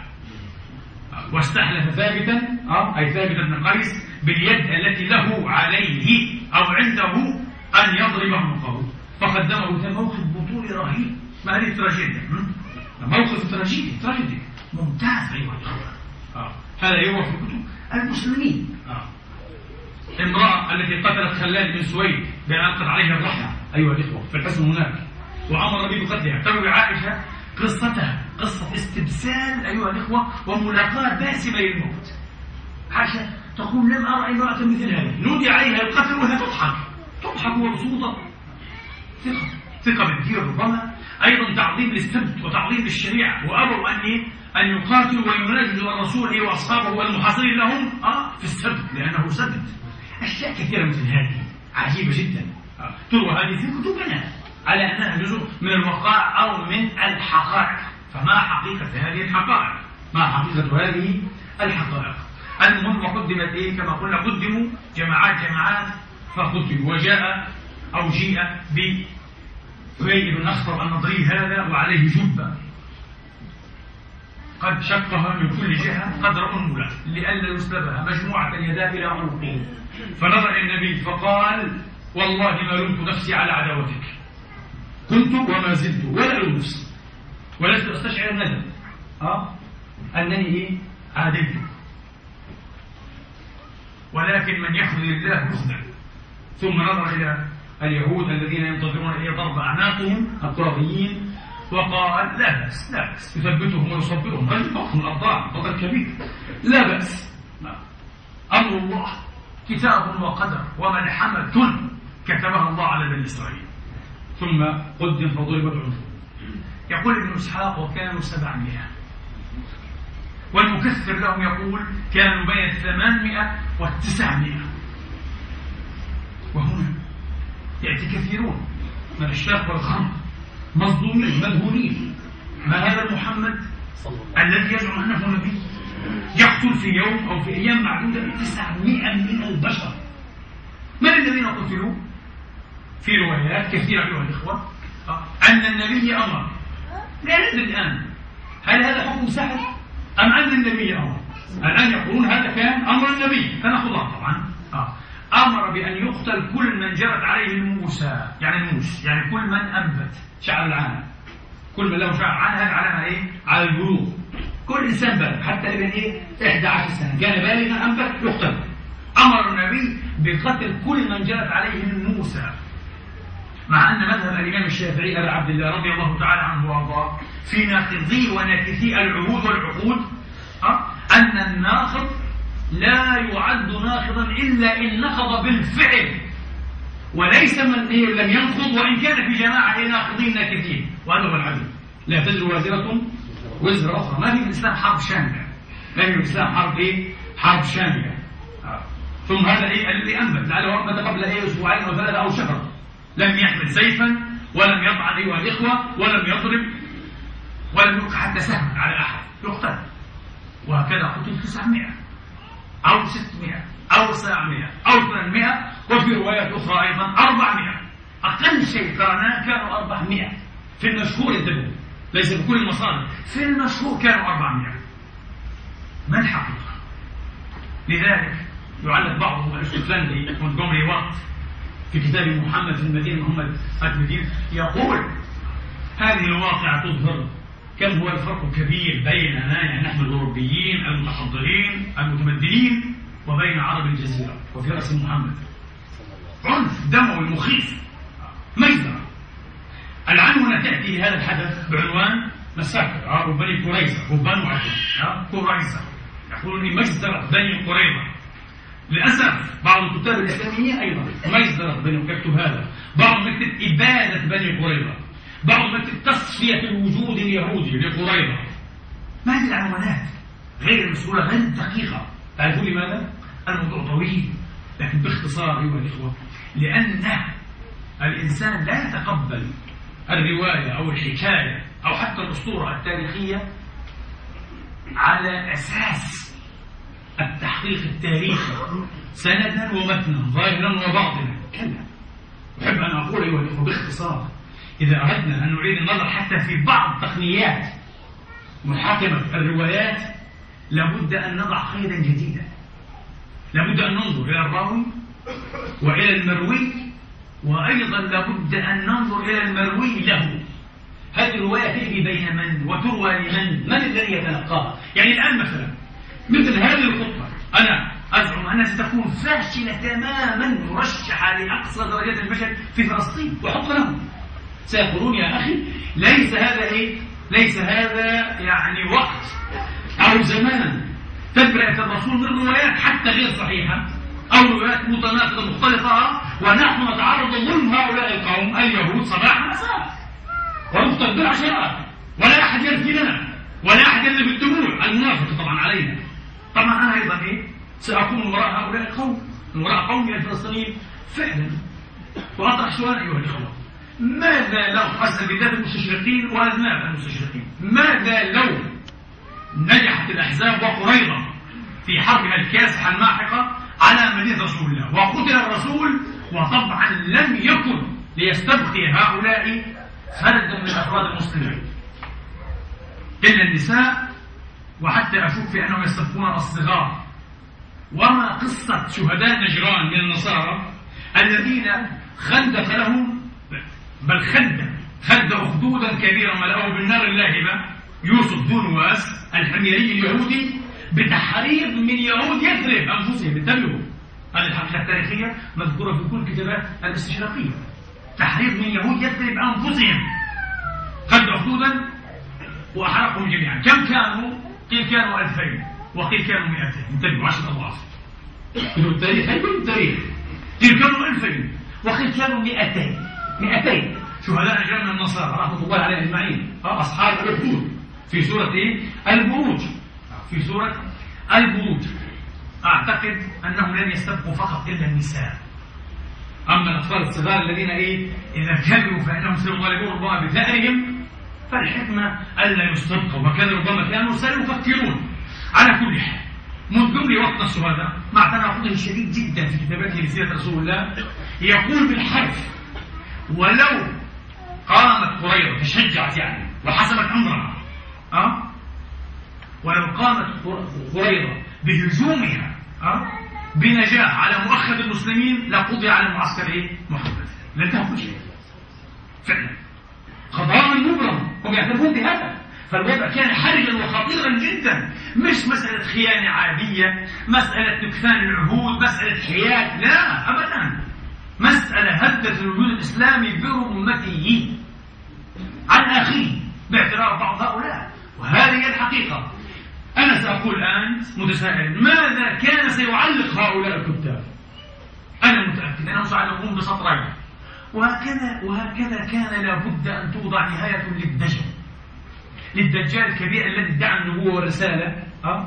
واستحلف ثابتا أي ثابت بن قيس باليد التي له عليه أو عنده أن يضرب عنقه، فقدمه في موقف بطولي رهيب. ما هذه تراجيديا، موقف تراجيدي تراجيدي ممتاز أيها الأخوة. آه. هذا يروى في كتب المسلمين. آه. امرأة التي قتلت خلاد بن سويد بأن ألقت عليها الرحمة أيها الأخوة في الحصن هناك، وأمر به بقتلها. تروي عائشة قصتها قصة استبسال أيها الأخوة وملاقاة باسمة للموت. عائشة تقول: لم أرى امرأة مثل هذه، نودي عليها القتل وهي تضحك تضحك ومبسوطة. ثقة ثقة بالدين، ربما أيضا تعظيم للسبت وتعظيم للشريعة، وأبوا أن أن يقاتلوا ويناجزوا الرسول وأصحابه والمحاصرين لهم آه في السبت لأنه سبت. أشياء كثيرة مثل هذه عجيبة جدا آه. تروى هذه في كتبنا على أنها جزء من الوقائع أو من الحقائق. فما حقيقة هذه الحقائق؟ ما حقيقة هذه الحقائق؟ المهم وقدمت إيه كما قلنا، قدموا جماعات جماعات فقتلوا. وجاء أو جيء بحي بن أخطر النضري هذا وعليه جبة قد شقها من كل جهة قدر أنملة لئلا يسلبها، مجموعة يداه إلى عنقه. فنظر إلى النبي فقال: والله ما لمت نفسي على عداوتك، كنت وما زلت ولا ألوم نفسي، ولست أستشعر الندم أه؟ أنني إيه عاديت، ولكن من يحمد الله يخذل. ثم نظر إلى اليهود الذين ينتظرون إلى ضرب أعناقهم القرظيين وقال: لا بأس لا بأس، يثبتهم ويصبرهم. رجل ضخم الأضلاع بطل كبير، لا بأس، أمر الله كتاب وقدر وملحمة كتبها الله على بني إسرائيل. ثم قدم فضربت عنقه. يقول ابن إسحاق: وكانوا سبعمائة، والمكثر لهم يقول: كانوا بين الثمانمائة والتسعمائة. وهنا يأتي كثيرون من الشرق والغرب مصدومين مذهولين، ما هذا محمد الذي يزعم أنه نبي يقتل في يوم أو في أيام معدودة تسعمائة من البشر؟ من الذين قتلوا؟ في روايات كثيرة أيها الإخوة أن النبي أمر. لا ندري الآن هل هذا حكم سحر أم أن النبي أمر؟ الآن يقولون هذا كان أمر النبي، فنأخذها طبعا. آه. أمر بأن يقتل كل من جرت عليه الموسى، يعني الموس، يعني كل من أنبت شعر العانة كل من له شعر عنها علامة إيه؟ على البلوغ. كل إنسان بالغ حتى ابن إيه؟ إحدى عشر سنة كان بالغا أم بكر يقتل. أمر النبي بقتل كل من جرت عليه من موسى، مع أن مذهب الإمام الشافعي أبا عبد الله رضي الله تعالى عنه وأرضاه في ناقضي وناكثي العهود والعقود أن الناقض لا يعد ناقضا إلا إن نقض بالفعل، وليس من إيه لم ينقض وإن كان في جماعة ناقضين ناكثين، وهذا هو العدل. لا تزر وازرة وزر أخرى. ما في الإسلام حرب شاملة، ما في الإسلام حرب إيه؟ حرب شاملة. ثم هذا إيه الذي أنبت لعله أنبت قبل إيه أسبوعين أو ثلاثة أو شهر، لم يحمل سيفا ولم يطعن أيها الإخوة ولم يضرب ولم يلقى حتى سهم على أحد يقتل، وهكذا قتل تسعمائة أو ستمائة أو سبعمائة أو ثمانمائة، وفي روايات أخرى أيضا أربعمائة. أقل شيء قرأناه كانوا أربعمائة في المشهور، انتبهوا ليس بكل المصادر، في المشهور كانوا أربعمائة. ما الحقيقة؟ لذلك يعلق بعضهم الاسكتلندي مونتجومري وات في كتاب محمد في المدينة محمد المدينة يقول هذه الواقعة تظهر كم هو الفرق الكبير بيننا يعني نحن الأوروبيين المتحضرين المتمدنين وبين عرب الجزيرة وفي رأس محمد. عنف دموي مخيف مجزرة. العنونة تأتي هذا الحدث بعنوان مساكر بني قريظة وبنو عدن قريظة، يقولون مجزرة بني قريظة. للأسف بعض الكتاب الإسلاميين أيضا مجزرة بني، يكتب هذا، بعضهم يكتب إبادة بني قريظة، بعضهم يكتب تصفية الوجود اليهودي لقريظة. ما هذه العنوانات غير المسؤولة غير الدقيقة. تعرفون لماذا؟ الموضوع طويل، لكن باختصار أيها الإخوة، لأن الإنسان لا يتقبل الرواية أو الحكاية أو حتى الأسطورة التاريخية على أساس التحقيق التاريخي سندا ومتنا ظاهرا وباطنا. كلا. أحب أن أقول أيها الإخوة باختصار، إذا أردنا أن نعيد النظر حتى في بعض تقنيات محاكمة الروايات لابد أن نضع قيدا جديدا. لابد أن ننظر إلى الراوي وإلى المروي، وأيضا لابد أن ننظر إلى المروي له. هذه الرواية تأتي بين من وتروى لمن، من الذي يتلقاها. يعني الآن مثلا مثل هذه الخطة أنا أزعم أنها ستكون فاشلة تماما مرشحة لأقصى درجات الفشل في فلسطين وحق لهم. سيقولون يا أخي ليس هذا إيه؟ ليس هذا يعني وقت أو زمان تبرئة الرسول من روايات حتى غير صحيحة أو روايات متناقضة مختلطة، ونحن نتعرض ظلم هؤلاء القوم اليهود صباح مساء ونفطر بالعشرات ولا أحد يرثي لنا ولا أحد يرثي بالدموع المنافق طبعا علينا. طبعا أنا أيضا إيه؟ سأكون وراء هؤلاء القوم، من وراء قومي الفلسطينيين فعلا. وأطرح سؤال أيها الإخوة، ماذا لو أسأل بالذات المستشرقين وأذناب المستشرقين، ماذا لو نجحت الأحزاب وقريظة في حربها الكاسحة الماحقة على مدينة رسول الله وقتل الرسول، وطبعا لم يكن ليستبقي هؤلاء فردا من أفراد المسلمين إلا النساء، وحتى أشك في أنهم يستبقون الصغار. وما قصة شهداء نجران من النصارى الذين خندق لهم، بل خد خد أخدودا كبيرا ملأه بالنار اللاهبة يوسف ذو نواس الحميري اليهودي بتحريض من يهود يثرب أنفسهم. انتبهوا، هذه الحقيقة التاريخية مذكورة في كل الكتابات الاستشراقية. تحريض من يهود يثرب أنفسهم، خد أخدودا وأحرقهم جميعا. كم كانوا؟ قيل كانوا ألفين وقيل كانوا مئتين. انتبهوا، عشر أضعاف. كانوا التاريخ هيكون التاريخ. قيل كانوا ألفين وقيل كانوا مئتين. مئتين شهداء نجران من النصارى رحمة الله عليهم أجمعين، أصحاب الأخدود في سورة إيه؟ البروج. في سورة البروج أعتقد أنهم لن يستبقوا فقط إلا النساء. أما الأطفال الصغار الذين إيه؟ إذا كبروا فإنهم سيطالبون ربما بثأرهم، فالحكمة ألا يستبقوا، وكذا ربما كانوا سيفكرون. على كل حال مونتجومري وات نفسه هذا مع تناقضه الشديد جدا في كتاباته لسيرة رسول الله يقول بالحرف: ولو قامت قريظة تشجعت يعني وحسمت أمرها أه؟ ولو قامت قريظة بهجومها أه؟ بنجاح على مؤخذ المسلمين لقضي على المعسكر إيه؟ محمد. لن تأخذ شيء فعلا. قضاء مبرم، هم يعترفون بهذا. فالوضع كان حرجا وخطيرا جدا، مش مسألة خيانة عادية، مسألة نكثان العهود، مسألة حياد، لا أبدا، مسألة هدت الوجود الإسلامي برمته عن آخره باعتراف بعض هؤلاء، وهذه هي الحقيقة. أنا سأقول الآن متسائل، ماذا كان سيعلق هؤلاء الكتاب؟ أنا متأكد أنهم سيعلقون بسطرين، وهكذا وهكذا كان لابد أن توضع نهاية للدجل، للدجال الكبير الذي ادعى النبوة والرسالة، أه؟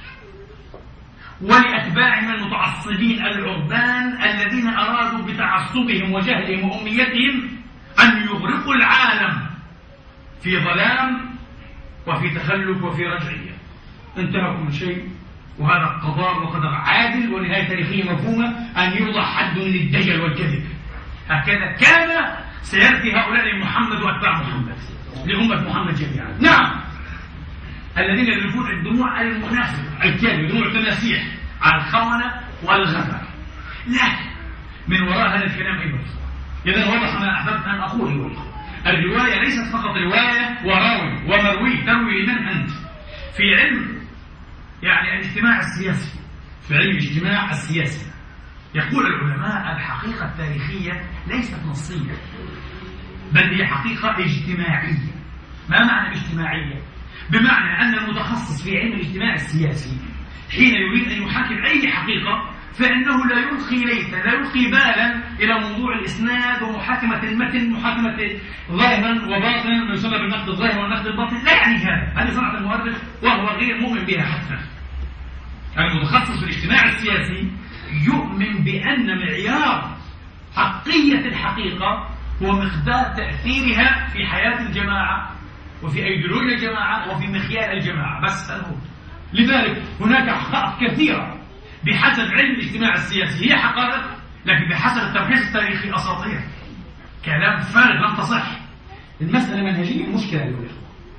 ولأتباعه من المتعصبين العربان الذين أرادوا بتعصبهم وجهلهم وأميتهم أن يغرقوا العالم في ظلام وفي تخلف وفي رجعية. انتهى كل شيء، وهذا قضاء وقدر عادل ونهاية تاريخية مفهومة، أن يوضع حد للدجل والكذب. هكذا كان سيأتي هؤلاء لمحمد وأتباع محمد، لأمة محمد جميعا. نعم، الذين يذرفون الدموع على المنافق الكاذب، دموع التماسيح على الخونة والغدر. لكن من وراء هذا الكلام أيضا، إذا وضح ما أحببت أن أقوله. الرواية ليست فقط رواية وراوي ومروي، تروي من أنت في علم يعني الاجتماع السياسي، في علم الاجتماع السياسي يقول العلماء الحقيقة التاريخية ليست نصية، بل هي حقيقة اجتماعية. ما معنى اجتماعية؟ بمعنى أن المتخصص في علم الاجتماع السياسي حين يريد أن يحاكم أي حقيقة فإنه لا يلقي ليتا، لا يلقي بالا إلى موضوع الإسناد ومحاكمة المتن، محاكمة ظاهرا وباطنا، ما يسمى بالنقد الظاهر والنقد الباطن. لا يعني هذا، هذه صنعة المؤرخ وهو غير مؤمن بها حتى. المتخصص في الاجتماع السياسي يؤمن بأن معيار حقية الحقيقة هو مقدار تأثيرها في حياة الجماعة وفي أيديولوجيا الجماعة وفي مخيال الجماعة، بس هذا هو. لذلك هناك حقائق كثيرة بحسب علم الاجتماع السياسي هي حقائق، لكن بحسب التمحيص التاريخي أساطير، كلام فارغ لم تصح. المسألة منهجية مشكلة الأولى،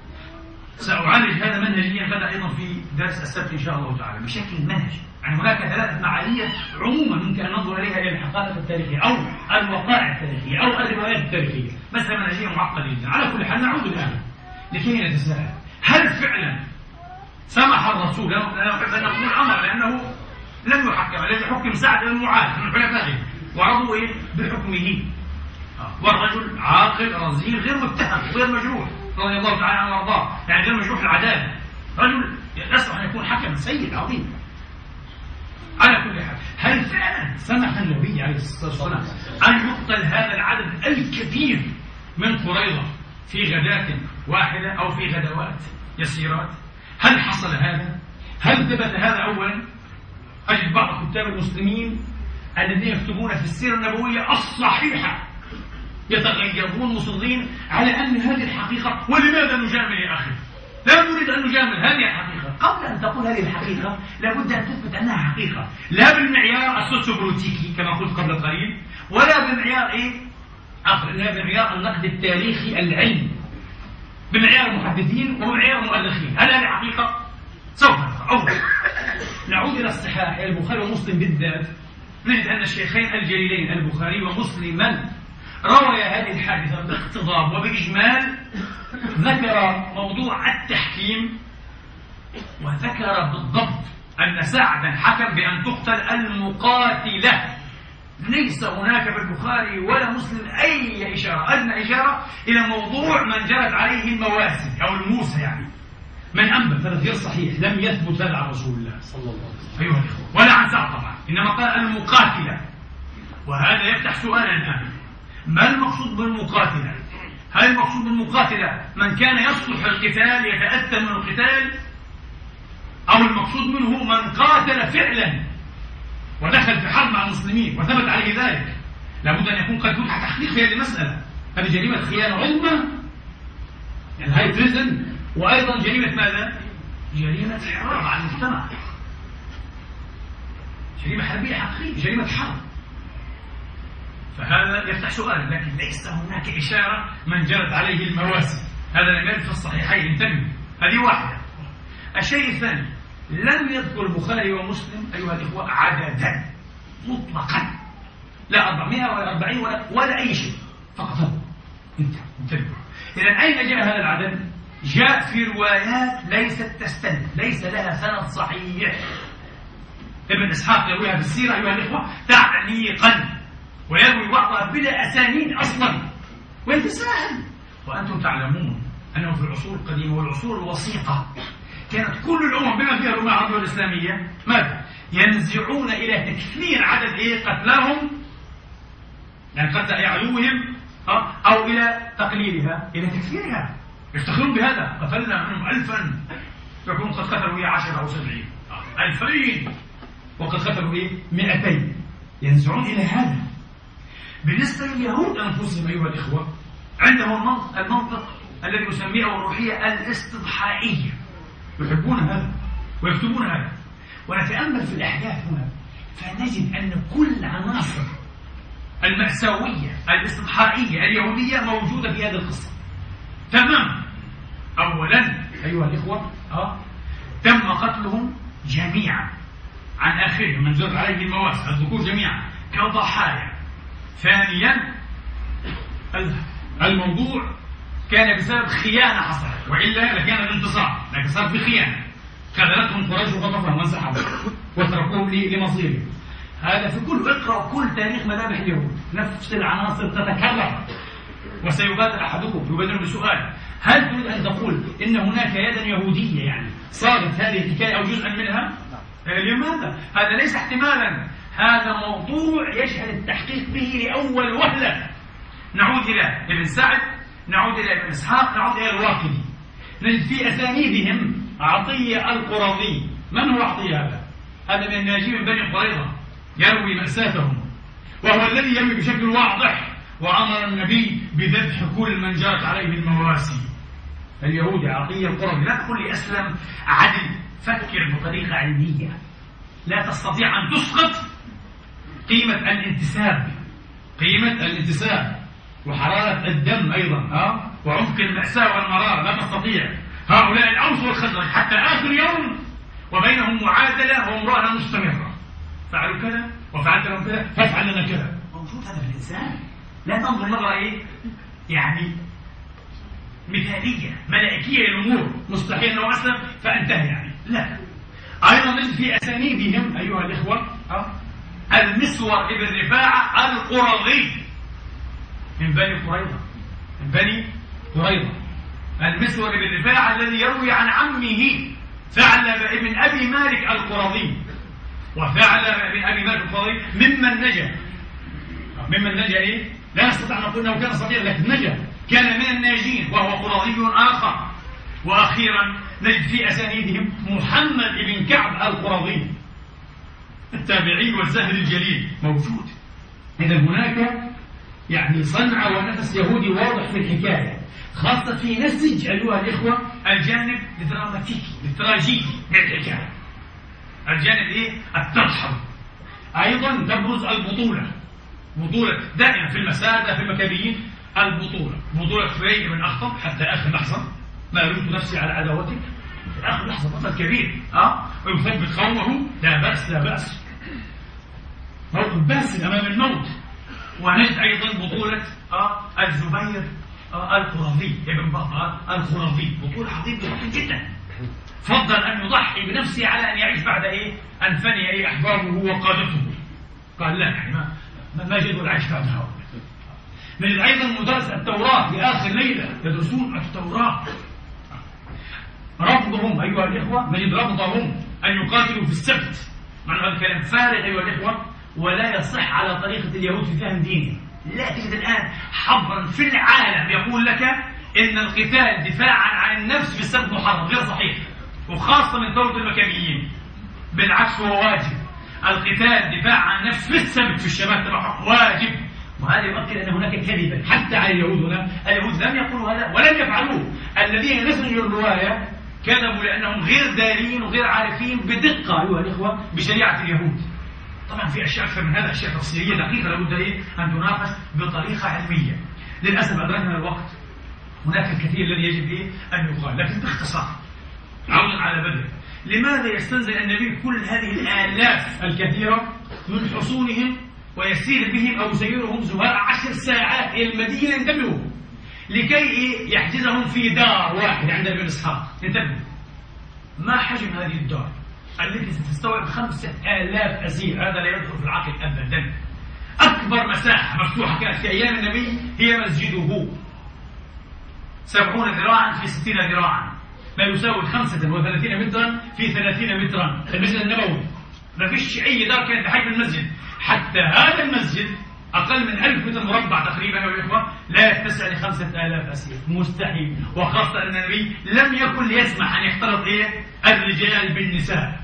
سأعالج هذا منهجيا غدا أيضا في درس السبت إن شاء الله تعالى بشكل منهجي. يعني هناك ثلاث معايير عموما ممكن أن ننظر إليها إلى الحقائق التاريخية أو الوقائع التاريخية أو الروايات التاريخية. مسألة منهجية معقدة جدا. على كل حال نعود الآن لكي نتساءل، هل فعلا سمح الرسول؟ لا أحب أن أقول أمر لأنه لم يحكم، الذي حكم سعد بن معاذ من حلفائه ورضوا إيه بحكمه، والرجل عاقل رزين غير متهم غير مجروح رضي الله تعالى عنه وارضاه، يعني غير مجروح العدالة، رجل يصلح أن يكون حكما سيد عظيم. على كل حال، هل فعلا سمح النبي عليه الصلاة والسلام أن يقتل هذا العدد الكثير من قريظة في غداة واحدة أو في غدوات يسيرات؟ هل حصل هذا؟ هل ثبت هذا أولا؟ أجد بعض كتاب المسلمين الذين يكتبون في السيرة النبوية الصحيحة يتغيرون مصرين على أن هذه الحقيقة. ولماذا نجامل يا أخي؟ لا نريد أن نجامل، هذه الحقيقة. قبل أن تقول هذه الحقيقة لابد أن تثبت أنها حقيقة، لا بالمعيار السوسيوبوليتيكي كما قلت قبل قليل، ولا بمعيار إيه؟ آخر، لا بمعيار النقد التاريخي العلمي، بمعيار المحدثين ومعيار المؤرخين. هل هذه حقيقة؟ سوف أول نعود إلى الصحاح البخاري ومسلم بالذات، نجد أن الشيخين الجليلين البخاري ومسلما روي هذه الحادثة باقتضاب وبإجمال. ذكر موضوع التحكيم وذكر بالضبط أن سعدا حكم بأن تقتل المقاتلة. ليس هناك في البخاري ولا مسلم أي إشارة، أدنى إشارة إلى موضوع من جرت عليه المواسم أو الموسى، يعني من أنبت. هذا غير صحيح، لم يثبت هذا عن رسول الله صلى الله عليه وسلم أيها الإخوة، ولا عن سعد طبعا، إنما قال المقاتلة. وهذا يفتح سؤالا الآن، ما المقصود بالمقاتلة؟ هل المقصود بالمقاتلة من كان يصلح القتال يتأتى من القتال، أو المقصود منه من قاتل فعلا ودخل في حرب مع المسلمين وثبت عليه ذلك؟ لابد أن يكون قد فتح تحقيق في هذه المسألة. هذه جريمة خيانة عظمى، يعني هاي بريزن، وأيضا جريمة ماذا؟ جريمة حرب على المجتمع، جريمة حربية حقيقية، جريمة حرب. فهذا يفتح سؤال، لكن ليس هناك إشارة من جرت عليه المواسم. هذا لم يرد في الصحيحين، انتبهوا، هذه واحدة. الشيء الثاني، لم يذكر البخاري ومسلم أيها الإخوة عددا مطلقا، لا أربعمائة ولا أربعين ولا, ولا أي شيء، فقط انتبهوا. إذا أين جاء هذا العدد؟ جاء في روايات ليست تستند، ليس لها سند صحيح. ابن إسحاق يرويها في السيرة أيها الإخوة تعليقا، ويروي بعضها بلا أسانيد أصلا ويتساهل. وأنتم تعلمون أنه في العصور القديمة والعصور الوسيطة كانت كل الأمم بما فيها الأمة العربية والإسلامية ماذا؟ ينزعون إلى تكثير عدد إيه قتلاهم، يعني قتل عدوهم، أو إلى تقليلها، إلى تكثيرها. يفتخرون بهذا، قتلنا منهم ألفا، يكون قد قتلوا إيه عشرة أو سبعين، ألفين وقد قتلوا إيه مئتين. ينزعون إلى هذا. بالنسبة لليهود أنفسهم أيها الإخوة عندهم المنطق الذي يسميه الروحية الاستضحائية، يحبون هذا ويكتبون هذا. ونتأمل في الأحداث هنا فنجد أن كل عناصر المأساوية الاستضحائية اليهودية موجودة في هذه القصة تمام. أولا أيها الإخوة أه تم قتلهم جميعا عن آخرهم من جرت عليه المواسم، الذكور جميعا كضحايا. ثانيا الموضوع كان بسبب خيانة حصلت، وإلا لكان الانتصار، لكن صار بخيانة. خذلتهم قريش وغطفهم وانسحبوا وتركوهم لمصيرهم. هذا في كل اقرأ كل تاريخ مذابح اليهود نفس العناصر تتكرر. وسيبادر أحدكم يبادر بسؤال: هل تريد أن تقول إن هناك يدا يهودية يعني صارت هذه الحكاية أو جزءا منها؟ لماذا؟ هذا ليس احتمالا، هذا موضوع يشهد التحقيق به لأول وهلة. نعود إلى ابن سعد، نعود إلى ابن إسحاق، نعود إلى الواقدي، نجد في أسانيدهم عطية القرظي. من هو عطية هذا؟ هذا من الناجين من بني قريظة يروي مأساتهم، وهو الذي يروي بشكل واضح وأمر النبي بذبح كل من جرت عليه المواسي. اليهودي عطية القرظي. لا تقول لي أسلم عدل، فكر بطريقة علمية. لا تستطيع أن تسقط قيمة الانتساب، قيمة الانتساب وحرارة الدم أيضا أه؟ وعمق المأساة والمرار. لا تستطيع. هؤلاء الأوس والخزرج حتى آخر يوم وبينهم معادلة ومراهنة مستمرة. فعلوا كذا وفعلت لهم كذا فافعل لنا كذا. موجود هذا في الإنسان. لا تنظر نظرة إيه يعني مثالية ملائكية للأمور، مستحيل أنه أسلم فانتهى يعني. لا. أيضا نجد في أسانيدهم أيها الإخوة أه؟ المسور ابن رفاعة القرظي من بني قريظة، من بني قريظة. المسور ابن رفاعة الذي يروي عن عمه ثعلب ابن أبي مالك القرظي. وثعلب ابن أبي مالك القرظي ممن نجا، ممن نجا إيه؟ لا نستطيع أن نقول أنه كان صغير لكن نجا، كان من الناجين وهو قرظي آخر. وأخيرا نجد في أسانيدهم محمد بن كعب القرظي التابعي والزاهد الجليل موجود. إذا هناك يعني صنع ونفس يهودي واضح في الحكاية، خاصة في نسج أيها الإخوة الجانب الدراماتيكي التراجيدي للحكاية، الجانب إيه؟ التضحك. أيضا تبرز البطولة، بطولة دائما في المسادة في المكابيين، البطولة، بطولة فريق بن أخطب حتى آخر لحظة. ما رمت نفسي على عداوتك في آخر لحظة بطل كبير أه؟ ويثبت قومه لا بأس لا بأس، موقف باسل أمام الموت. ونجد أيضا بطولة أه؟ الزبير أه؟ القرظي ابن بطة القرظي، بطولة عظيمة جدا. فضل أن يضحي بنفسه على أن يعيش بعد إيه؟ أن فني إيه أحبابه وقادته. قال لا يعني ما ما جدوا العيش بعد هؤلاء. نجد أيضا مدرس التوراة في آخر ليلة يدرسون التوراة، رفضهم أيها الإخوة، نجد رفضهم أن يقاتلوا في السبت، مع أن هذا كلام فارغ أيها الإخوة ولا يصح على طريقة اليهود في فهم دينهم. لا تجد الآن حبرا في العالم يقول لك إن القتال دفاعا عن النفس في السبت محرم، غير صحيح، وخاصة من ثورة المكابيين. بالعكس هو واجب. القتال دفاع عن النفس في السبت في الشمال تبعهم واجب. وهذا يؤكد أن هناك كذبا حتى على اليهود هنا. اليهود لم يقولوا هذا ولم يفعلوه. الذين نسجوا الرواية كذبوا لأنهم غير دارين وغير عارفين بدقة أيها الإخوة بشريعة اليهود. طبعا في أشياء أكثر من هذا، أشياء تفصيلية دقيقة لابد أن تناقش بطريقة علمية. للأسف أدركنا الوقت، هناك الكثير الذي يجب إيه أن يقال، لكن باختصار عودا على بدر. لماذا يستنزل النبي كل هذه الآلاف الكثيرة من حصونهم ويسير بهم أو يسيرهم زهاء عشر ساعات إلى المدينة؟ انتبهوا، لكي إيه؟ يحجزهم في دار واحد عند ابن إسحاق. انتبهوا، ما حجم هذه الدار التي ستستوعب خمسة آلاف أسير؟ هذا لا يدخل في العقل أبدا. أكبر مساحة مفتوحة كانت في أيام النبي هي مسجده، سبعون ذراعا في ستين ذراعا، ما يساوي خمسة وثلاثين مترا في ثلاثين مترا. المسجد النبوي ما فيش أي دار كانت بحجم المسجد. حتى هذا المسجد أقل من ألف متر مربع تقريبا يا إخوة، لا يتسع لخمسة آلاف أسير، مستحيل. وخاصة أن النبي لم يكن ليسمح أن يختلط إيه الرجال بالنساء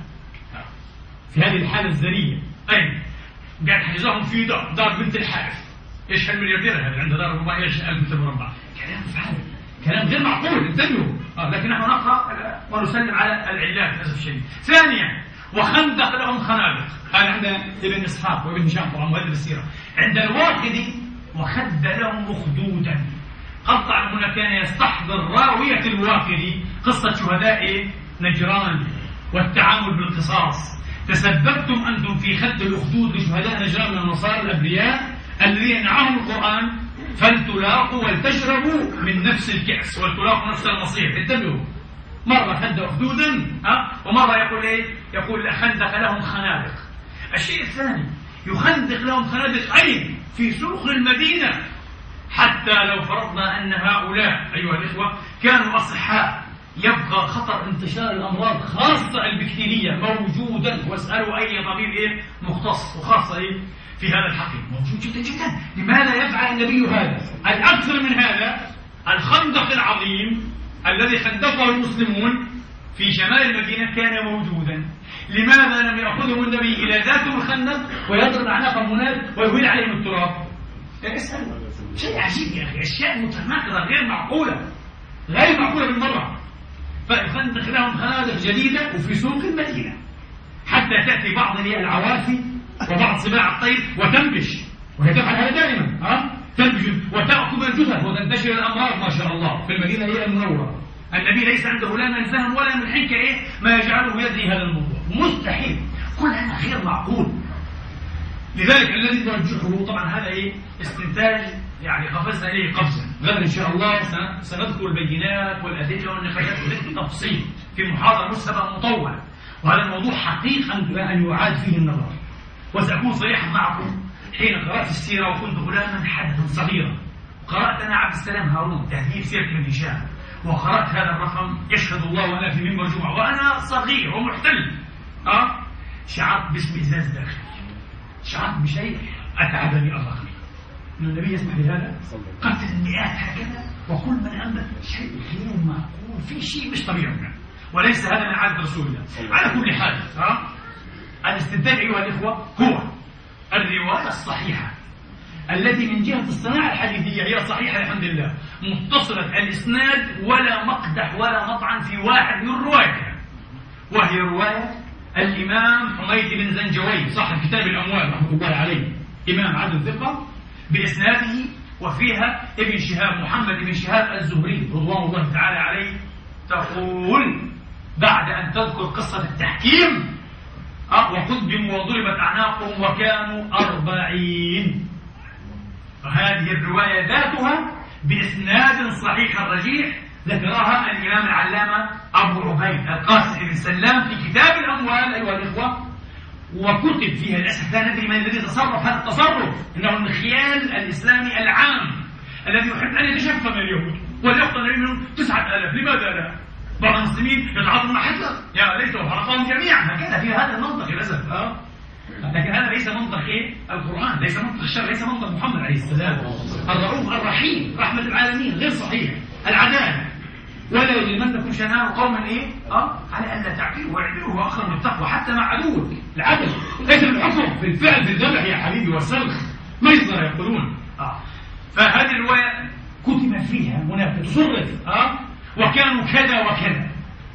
في هذه الحالة الزرية. أي قاعد حجزهم في دار دار بنت الحارث. إيش هالملياردير هذا عنده دار ربما إيش ألف متر مربع؟ كلام فعلا، كلام غير معقول. انتبهوا. آه لكن نحن نقرأ ونسلم على العلات للأسف الشديد. ثانيا، وخندق لهم خنادق. هذا عند ابن إسحاق وابن هشام طبعا مؤلف السيرة. عند الواقدي وخد لهم أخدودا. قطع هنا كان يستحضر راوية الواقدي قصة شهداء نجران والتعامل بالقصاص. تسببتم أنتم في خد الأخدود لشهداء نجران من النصارى الأبرياء الذين نعاهم القرآن، فلتلاقوا ولتشربوا من نفس الكأس ولتلاقوا نفس المصير. انتبهوا، مرة خد أخدودا أه؟ ومرة يقول إيه؟ يقول خندق لهم خنادق. الشيء الثاني، يخندق لهم خنادق أي في سوق المدينة، حتى لو فرضنا أن هؤلاء أيها الإخوة كانوا أصحاء، يبقى خطر انتشار الأمراض خاصة البكتيرية موجودا، واسألوا أي طبيب إيه مختص، وخاصة إيه في هذا الحقل موجود جدا جدا. لماذا يفعل النبي هذا؟ الأكثر من هذا، الخندق العظيم الذي خندقه المسلمون في شمال المدينة كان موجودا. لماذا لم يأخذهم النبي إلى ذات الخندق ويضرب أعناق المناد ويهيل عليهم التراب؟ اسأل. شيء عجيب يا أخي، أشياء متناقضة غير معقولة، غير معقولة بالمرة. فيخندق لهم خنادق جديدة وفي سوق المدينة، حتى تأتي بعض العوافي وبعض سباع الطير وتنبش، وهي تفعل هذا دائما. ها؟ تنبش وتأكل الجثث وتنتشر الأمراض ما شاء الله في المدينة هي المنورة. النبي ليس عنده لا من فهم ولا من حنكة إيه ما يجعله يدري هذا الموضوع، مستحيل، كل هذا غير معقول. لذلك الذي نرجحه طبعا هذا إيه استنتاج يعني قفزنا إليه قفزا. غدا إن شاء الله سنذكر البينات والأدلة والنقاشات بالتفصيل في محاضرة مسبقة مطولة، وهذا الموضوع حقيقة أن يعاد فيه النظر. وسأكون صريحا معكم، حين قرأت السيرة وكنت غلاما حدثا صغيرا، قرأت أنا عبد السلام هارون تهذيب سيرة ابن هشام، وقرأت هذا الرقم يشهد الله وأنا في منبر جمعة وأنا صغير ومحتل، أه شعرت باشمئزاز داخلي، شعرت بشيء أتعبني الرقم. إن النبي يسمح بهذا؟ قتل المئات هكذا، وكل من أمر شيء غير معقول، في شيء مش طبيعي، وليس هذا من عادة رسول الله. على كل حال أه الاستنتاج أيها الإخوة هو الرواية الصحيحة التي من جهة الصناعة الحديثية هي صحيحة الحمد لله، متصلة الإسناد ولا مقدح ولا مطعن في واحد من روايتها، وهي رواية الإمام حميد بن زنجوي صاحب كتاب الأموال رحمة الله عليه، إمام عدل ثقة بإسناده، وفيها ابن شهاب محمد بن شهاب الزهري رضوان الله تعالى عليه تقول بعد أن تذكر قصة التحكيم أه وقدموا وضربت أعناقهم وكانوا أربعين. فهذه الرواية ذاتها بإسناد صحيح رجيح ذكرها الإمام العلامة أبو عبيد القاسم بن سلام في كتاب الأموال أيها الإخوة، وكتب فيها للأسف لا ندري من الذي تصرف هذا التصرف، إنه المخيال الإسلامي العام الذي يحب أن يتشفى من اليهود وليقتل منهم تسعة آلاف. لماذا لا؟ بعض المسلمين يتعاطون مع حتلر، يا ليته حرقهم جميعا، هكذا في هذا المنطق للأسف. أه؟ لكن هذا ليس منطق إيه؟ القرآن، ليس منطق الشرع، ليس منطق محمد عليه السلام الرؤوف الرحيم رحمة العالمين، غير صحيح. العدالة ولا يجرمنكم شنآن قوم إيه؟ أه؟ على أن لا تعقلوا واعدلوا هو أخر من التقوى حتى مع عدوك. العدل ليس بالحكم، في الفعل، في الذبح يا حبيبي والسلخ ميسر يقولون. أه؟ فهذه الرواية كتب فيها هناك تصرف أه؟ وكانوا كذا وكذا.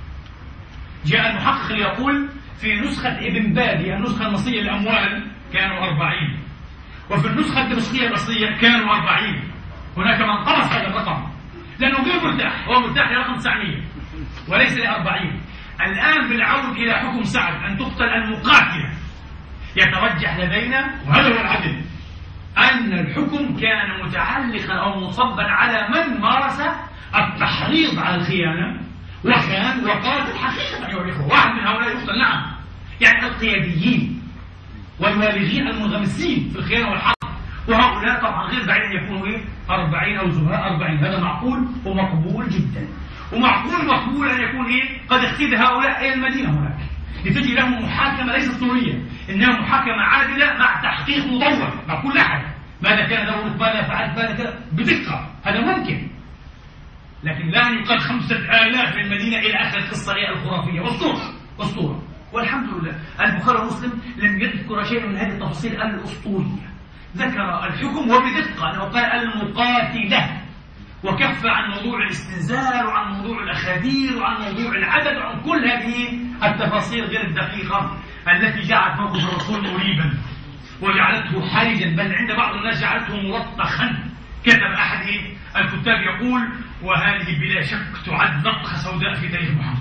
جاء المحقق ليقول في نسخة ابن بادي النسخة المصرية للأموال كانوا أربعين، وفي النسخة الدمشقية الأصلية كانوا أربعين. هناك من قمص هذا الرقم لأنه غير مرتاح، هو مرتاح لرقم تسعمية وليس لأربعين. الآن بالعود إلى حكم سعد أن تقتل المقاتلة، يترجح لدينا وهذا هو العدل أن الحكم كان كان متعلقا أو مصبا على من مارس التحريض على الخيانة وكان وقاتل حقيقة أيها الإخوة. واحد من هؤلاء يقتل، نعم، يعني القياديين والوالغين المنغمسين في الخيانة والحرب، وهؤلاء طبعا غير بعيد أن يكونوا إيه أربعين أو زهاء أربعين، هذا معقول ومقبول جدا. ومعقول مقبول أن يكون إيه قد اقتدى هؤلاء إلى المدينة هناك لتجي لهم محاكمة ليست صورية، إنها محاكمة عادلة مع تحقيق مطور مع كل أحد، ماذا كان ذنبك، ماذا فعلت، ماذا كان، بدقة، هذا ممكن. لكن لا يقال خمسة آلاف من المدينة إلى آخر القصة الخرافية والصورة والصورة. والحمد لله البخاري ومسلم لم يذكر شيء من هذه التفاصيل الأسطورية، ذكر الحكم وبدقة أنه قال المقاتلة، وكف عن موضوع الاستنزال وعن موضوع الأخادير وعن موضوع العدد وعن كل هذه التفاصيل غير الدقيقة التي جعلت موقف الرسول مريبا وجعلته حرجا، بل عند بعض الناس جعلته ملطخا. كتب أحد الكتاب يقول: وهذه بلا شك تعد نطخة سوداء في تاريخ محمد.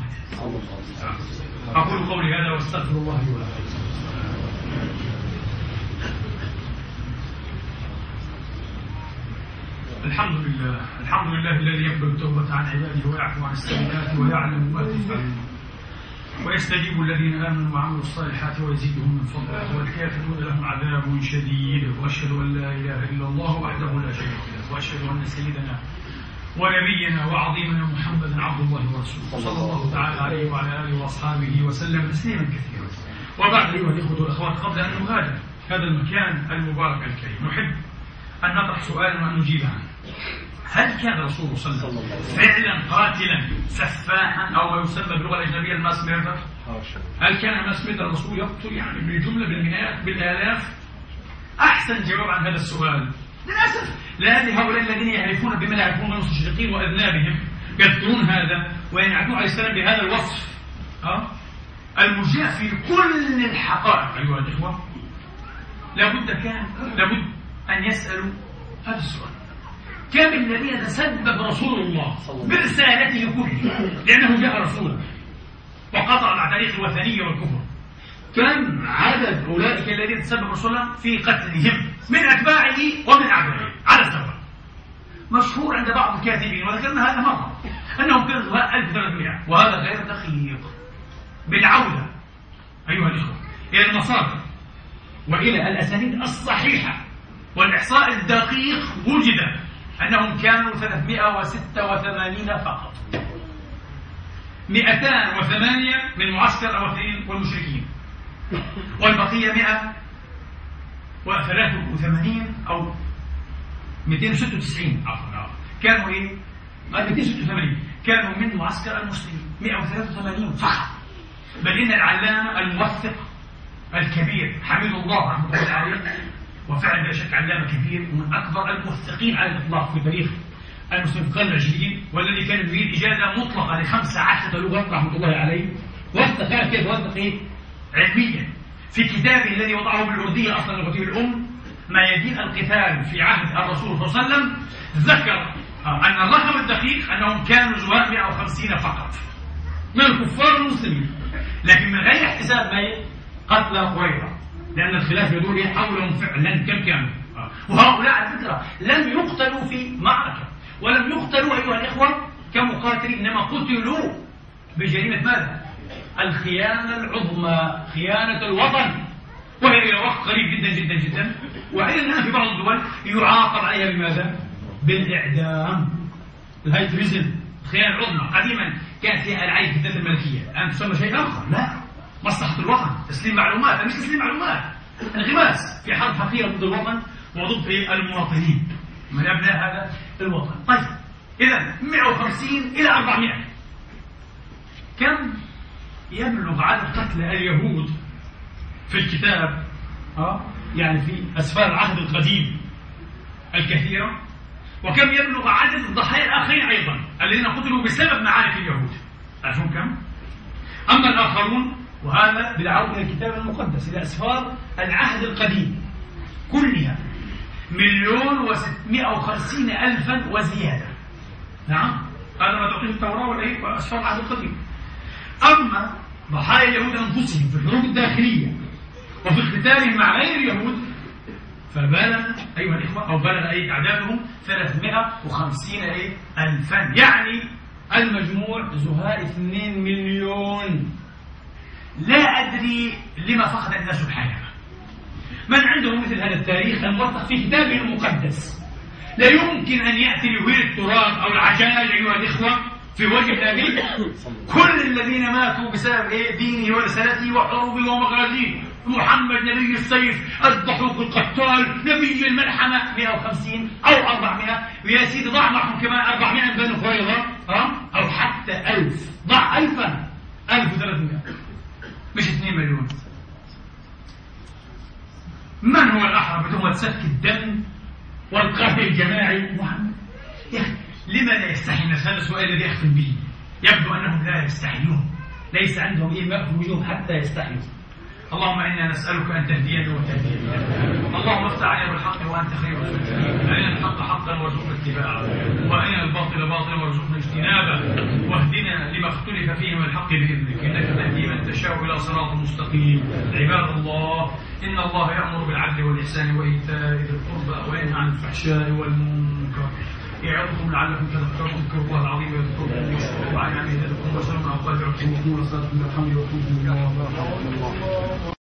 أقول قولي هذا واستغفر الله لي ولكم. الحمد لله، الحمد لله الذي يقبل التوبة عن عباده ويعفو عن السيئات ويعلم ما تفعلون ويستجيب الذين آمنوا وعملوا الصالحات ويزيدهم من فضله، والكافرون لهم عذاب شديد. وأشهد أن لا إله إلا الله وحده لا شريك له، وأشهد أن سيدنا ونبينا وعظيمنا محمدا عبد الله ورسوله صلى الله تعالى عليه وعلى آله وأصحابه وسلم تسليما كثيرا. وبعد أيها الإخوة والأخوات، قبل أن نغادر هذا المكان المبارك الكريم نحب أن نطرح سؤالا وأن نجيب عنه. هل كان الرسول صلى الله عليه وسلم فعلا قاتلا سفاحا أو ما يسمى باللغة الأجنبية الماس ميردر؟ هل كان ماس ميردر الرسول يقتل يعني بالجملة بالمئات بالآلاف؟ أحسن جواب عن هذا السؤال للأسف لا هؤلاء الذين يعرفون بما لا يعرفون من المستشرقين وأذنابهم يذكرون هذا وينعتون عليه السلام بهذا الوصف أه؟ المجاء في كل الحقائق. أيها الإخوة، لابد كان لابد أن يسألوا هذا السؤال: كم الذين تسبب رسول الله برسالته كلها لأنه جاء رسولا وقطع مع تاريخ الوثنية والكفر؟ كم عدد أولئك الذين تسبب رسول الله في قتلهم من أتباعه ومن أعدائه على السواء؟ مشهور عند بعض الكاتبين وذكرنا هذا مرة أنهم كانوا ألف وثلاثمائة، وهذا غير دقيق. بالعودة أيها الإخوة إلى المصادر وإلى الأسانيد الصحيحة والإحصاء الدقيق وجد أنهم كانوا ثلاثمائة وستة وثمانين فقط، مئتان وثمانية من معسكر الوثنيين والمشركين، والبقية مئة وثلاثة وثمانين أو مئتين وستة وتسعين عفوا كانوا إيه؟ مئتين وستة وثمانين كانوا من معسكر المسلمين، مئة وثلاثة وثمانين فقط. بل إن العلامة الموثق الكبير حميد الله رحمه الله عليه، وفعلا بلا شك علامة كبير ومن أكبر الموثقين على الإطلاق في تاريخ المسلمين في القرن العشرين، والذي كان يريد إجازة مطلقة لخمسة عشرة لغة رحمة الله عليه، وثق كيف وثق إيه؟ علميا في كتابه الذي وضعه بالأردية أصلا لغته الأم ما يدين القتال في عهد الرسول صلى الله عليه وسلم، ذكر أن الرقم الدقيق أنهم كانوا زهاء مئة وخمسين فقط من الكفار المسلمين، لكن من غير احتساب ما قتل قريظة، لأن الخلاف يدور حولهم فعلا كم كانوا. وهؤلاء على فكرة لم يقتلوا في معركة ولم يقتلوا أيها الإخوة كمقاتلين، إنما قتلوا بجريمة ماذا؟ الخيانة العظمى، خيانة الوطن، وهي إلى وقت قريب جدا جدا جدا، وإلى الآن في بعض الدول يعاقب عليها بماذا؟ بالإعدام، الهايتريزم، الخيانة العظمى. قديما كانت فيها العين في الذات الملكية، الآن تسمى شيء آخر، لا، مصلحة الوطن، تسليم معلومات، مش تسليم معلومات، انغماس في حرب حقيقية ضد الوطن وضد المواطنين من أبناء هذا الوطن. طيب إذا مئة وخمسين إلى أربعمائة. كم يبلغ عدد قتلى اليهود في الكتاب أه؟ يعني في أسفار العهد القديم الكثيرة، وكم يبلغ عدد الضحايا الآخرين أيضا الذين قتلوا بسبب معارك اليهود؟ تعرفون كم؟ أما الآخرون، وهذا بالعودة إلى الكتاب المقدس إلى أسفار العهد القديم كلها، مليون وستمائة وخمسين ألفا وزيادة. نعم، هذا ما تعطيه التوراة وأسفار العهد القديم. أما ضحايا اليهود أنفسهم في الحروب الداخلية وفي اقتتالهم مع غير اليهود فبلغ أيها الإخوة، أو بلغ أي أعدادهم ثلاثمائة وخمسين إيه ألفا، يعني المجموع زهاء اثنين مليون. لا أدري لما فقد الناس الحياة. من عنده مثل هذا التاريخ الموثق في كتابه المقدس لا يمكن أن يأتي ليهيل التراب أو العجاج أيها الإخوة في وجه نبي كل الذين ماتوا بسبب إيه؟ دينه ورسالته وحروبه ومغازيه. محمد نبي السيف، الضحوك القتال، نبي الملحمة، مئة وخمسين أو أربعمائة، ويا سيدي ضع معهم كمان أربعمائة بنو قريظة، أو حتى ألف، ضع ألفا، ألف وثلاثمائة، مش اثنين مليون. من هو الأحرى بتهمة سفك الدم والقتل الجماعي؟ محمد. يا أخي لما لا يستحي الناس؟ هذا السؤال الذي أختم به. يبدو أنهم لا يستحيون، ليس عندهم إيه ماء في الوجوه حتى يستحيوا. اللهم إنا نسألك أن تهدينا وتهدينا. اللهم افتح علينا بالحق وأنت خير الفاتحين. أرنا الحق حقا وارزقنا اتباعه، وأرنا الباطل باطلا وارزقنا اجتنابه، واهدنا لما اختلف فيه من الحق بإذنك، إنك تهدي من تشاء إلى صراط مستقيم. عباد الله، إن الله يأمر بالعدل والإحسان وإيتاء ذي القربى وينهى عن الفحشاء والمنكر يعظكم لعلكم تذكرون. اذكروا الله العظيم يذكركم واشكروه على نعمه يزدكم وسلموا على قدر وقوموا وصلاه الحمد لله.